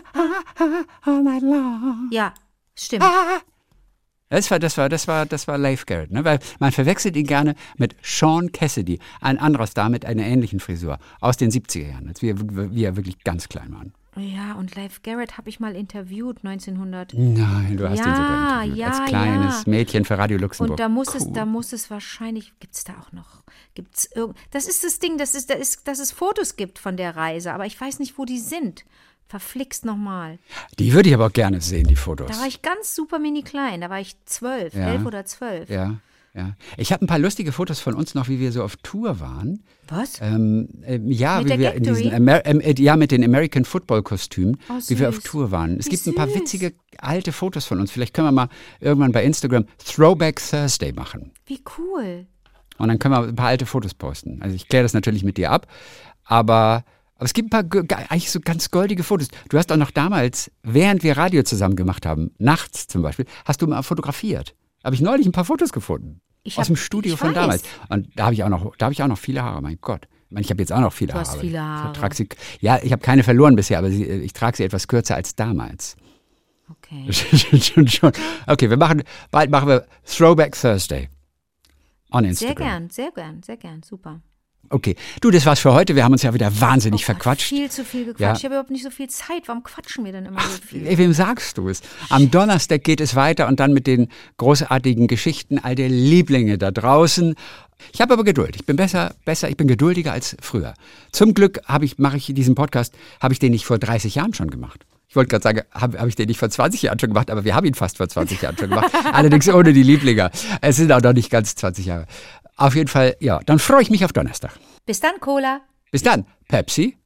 all night long. Ja, stimmt. Das war Leif Garrett, ne? Weil man verwechselt ihn gerne mit Sean Cassidy, ein anderer Star mit einer ähnlichen Frisur aus den 70er Jahren, als wir wirklich ganz klein waren. Ja, und Leif Garrett habe ich mal interviewt, 1900. Nein, du hast ihn sogar interviewt, als kleines Mädchen für Radio Luxemburg. Und da muss es wahrscheinlich, gibt es da auch noch, das ist das Ding, dass es Fotos gibt von der Reise, aber ich weiß nicht, wo die sind. Verflixt nochmal. Die würde ich aber auch gerne sehen, die Fotos. Da war ich ganz super mini klein, da war ich 11 oder 12. Ja. Ich habe ein paar lustige Fotos von uns noch, wie wir so auf Tour waren. Was? Ja, Mit wie der wir in diesen mit den American Football Kostümen, wie wir auf Tour waren. Es gibt ein paar witzige alte Fotos von uns. Vielleicht können wir mal irgendwann bei Instagram Throwback Thursday machen. Wie cool. Und dann können wir ein paar alte Fotos posten. Also ich kläre das natürlich mit dir ab, aber es gibt ein paar eigentlich so ganz goldige Fotos. Du hast auch noch damals, während wir Radio zusammen gemacht haben, nachts zum Beispiel, hast du mal fotografiert. Habe ich neulich ein paar Fotos gefunden. Aus dem Studio von damals. Und da habe ich auch noch viele Haare, mein Gott. Ich meine, ich habe jetzt auch noch viele Haare. Du hast viele Haare. Ich habe keine verloren bisher, aber ich trage sie etwas kürzer als damals. Okay. Schon. Okay, bald machen wir Throwback Thursday on Instagram. Sehr gern, super. Okay, du, das war's für heute. Wir haben uns ja wieder wahnsinnig verquatscht. Viel zu viel gequatscht. Ja. Ich habe überhaupt nicht so viel Zeit. Warum quatschen wir denn immer so viel? Wem sagst du es? Am Donnerstag geht es weiter und dann mit den großartigen Geschichten all der Lieblinge da draußen. Ich habe aber Geduld. Ich bin ich bin geduldiger als früher. Zum Glück mache ich diesen Podcast, habe ich den nicht vor 30 Jahren schon gemacht. Ich wollte gerade sagen, habe ich den nicht vor 20 Jahren schon gemacht, aber wir haben ihn fast vor 20 Jahren schon gemacht. Allerdings ohne die Lieblinge. Es sind auch noch nicht ganz 20 Jahre. Auf jeden Fall, ja, dann freue ich mich auf Donnerstag. Bis dann, Cola. Bis dann, Pepsi.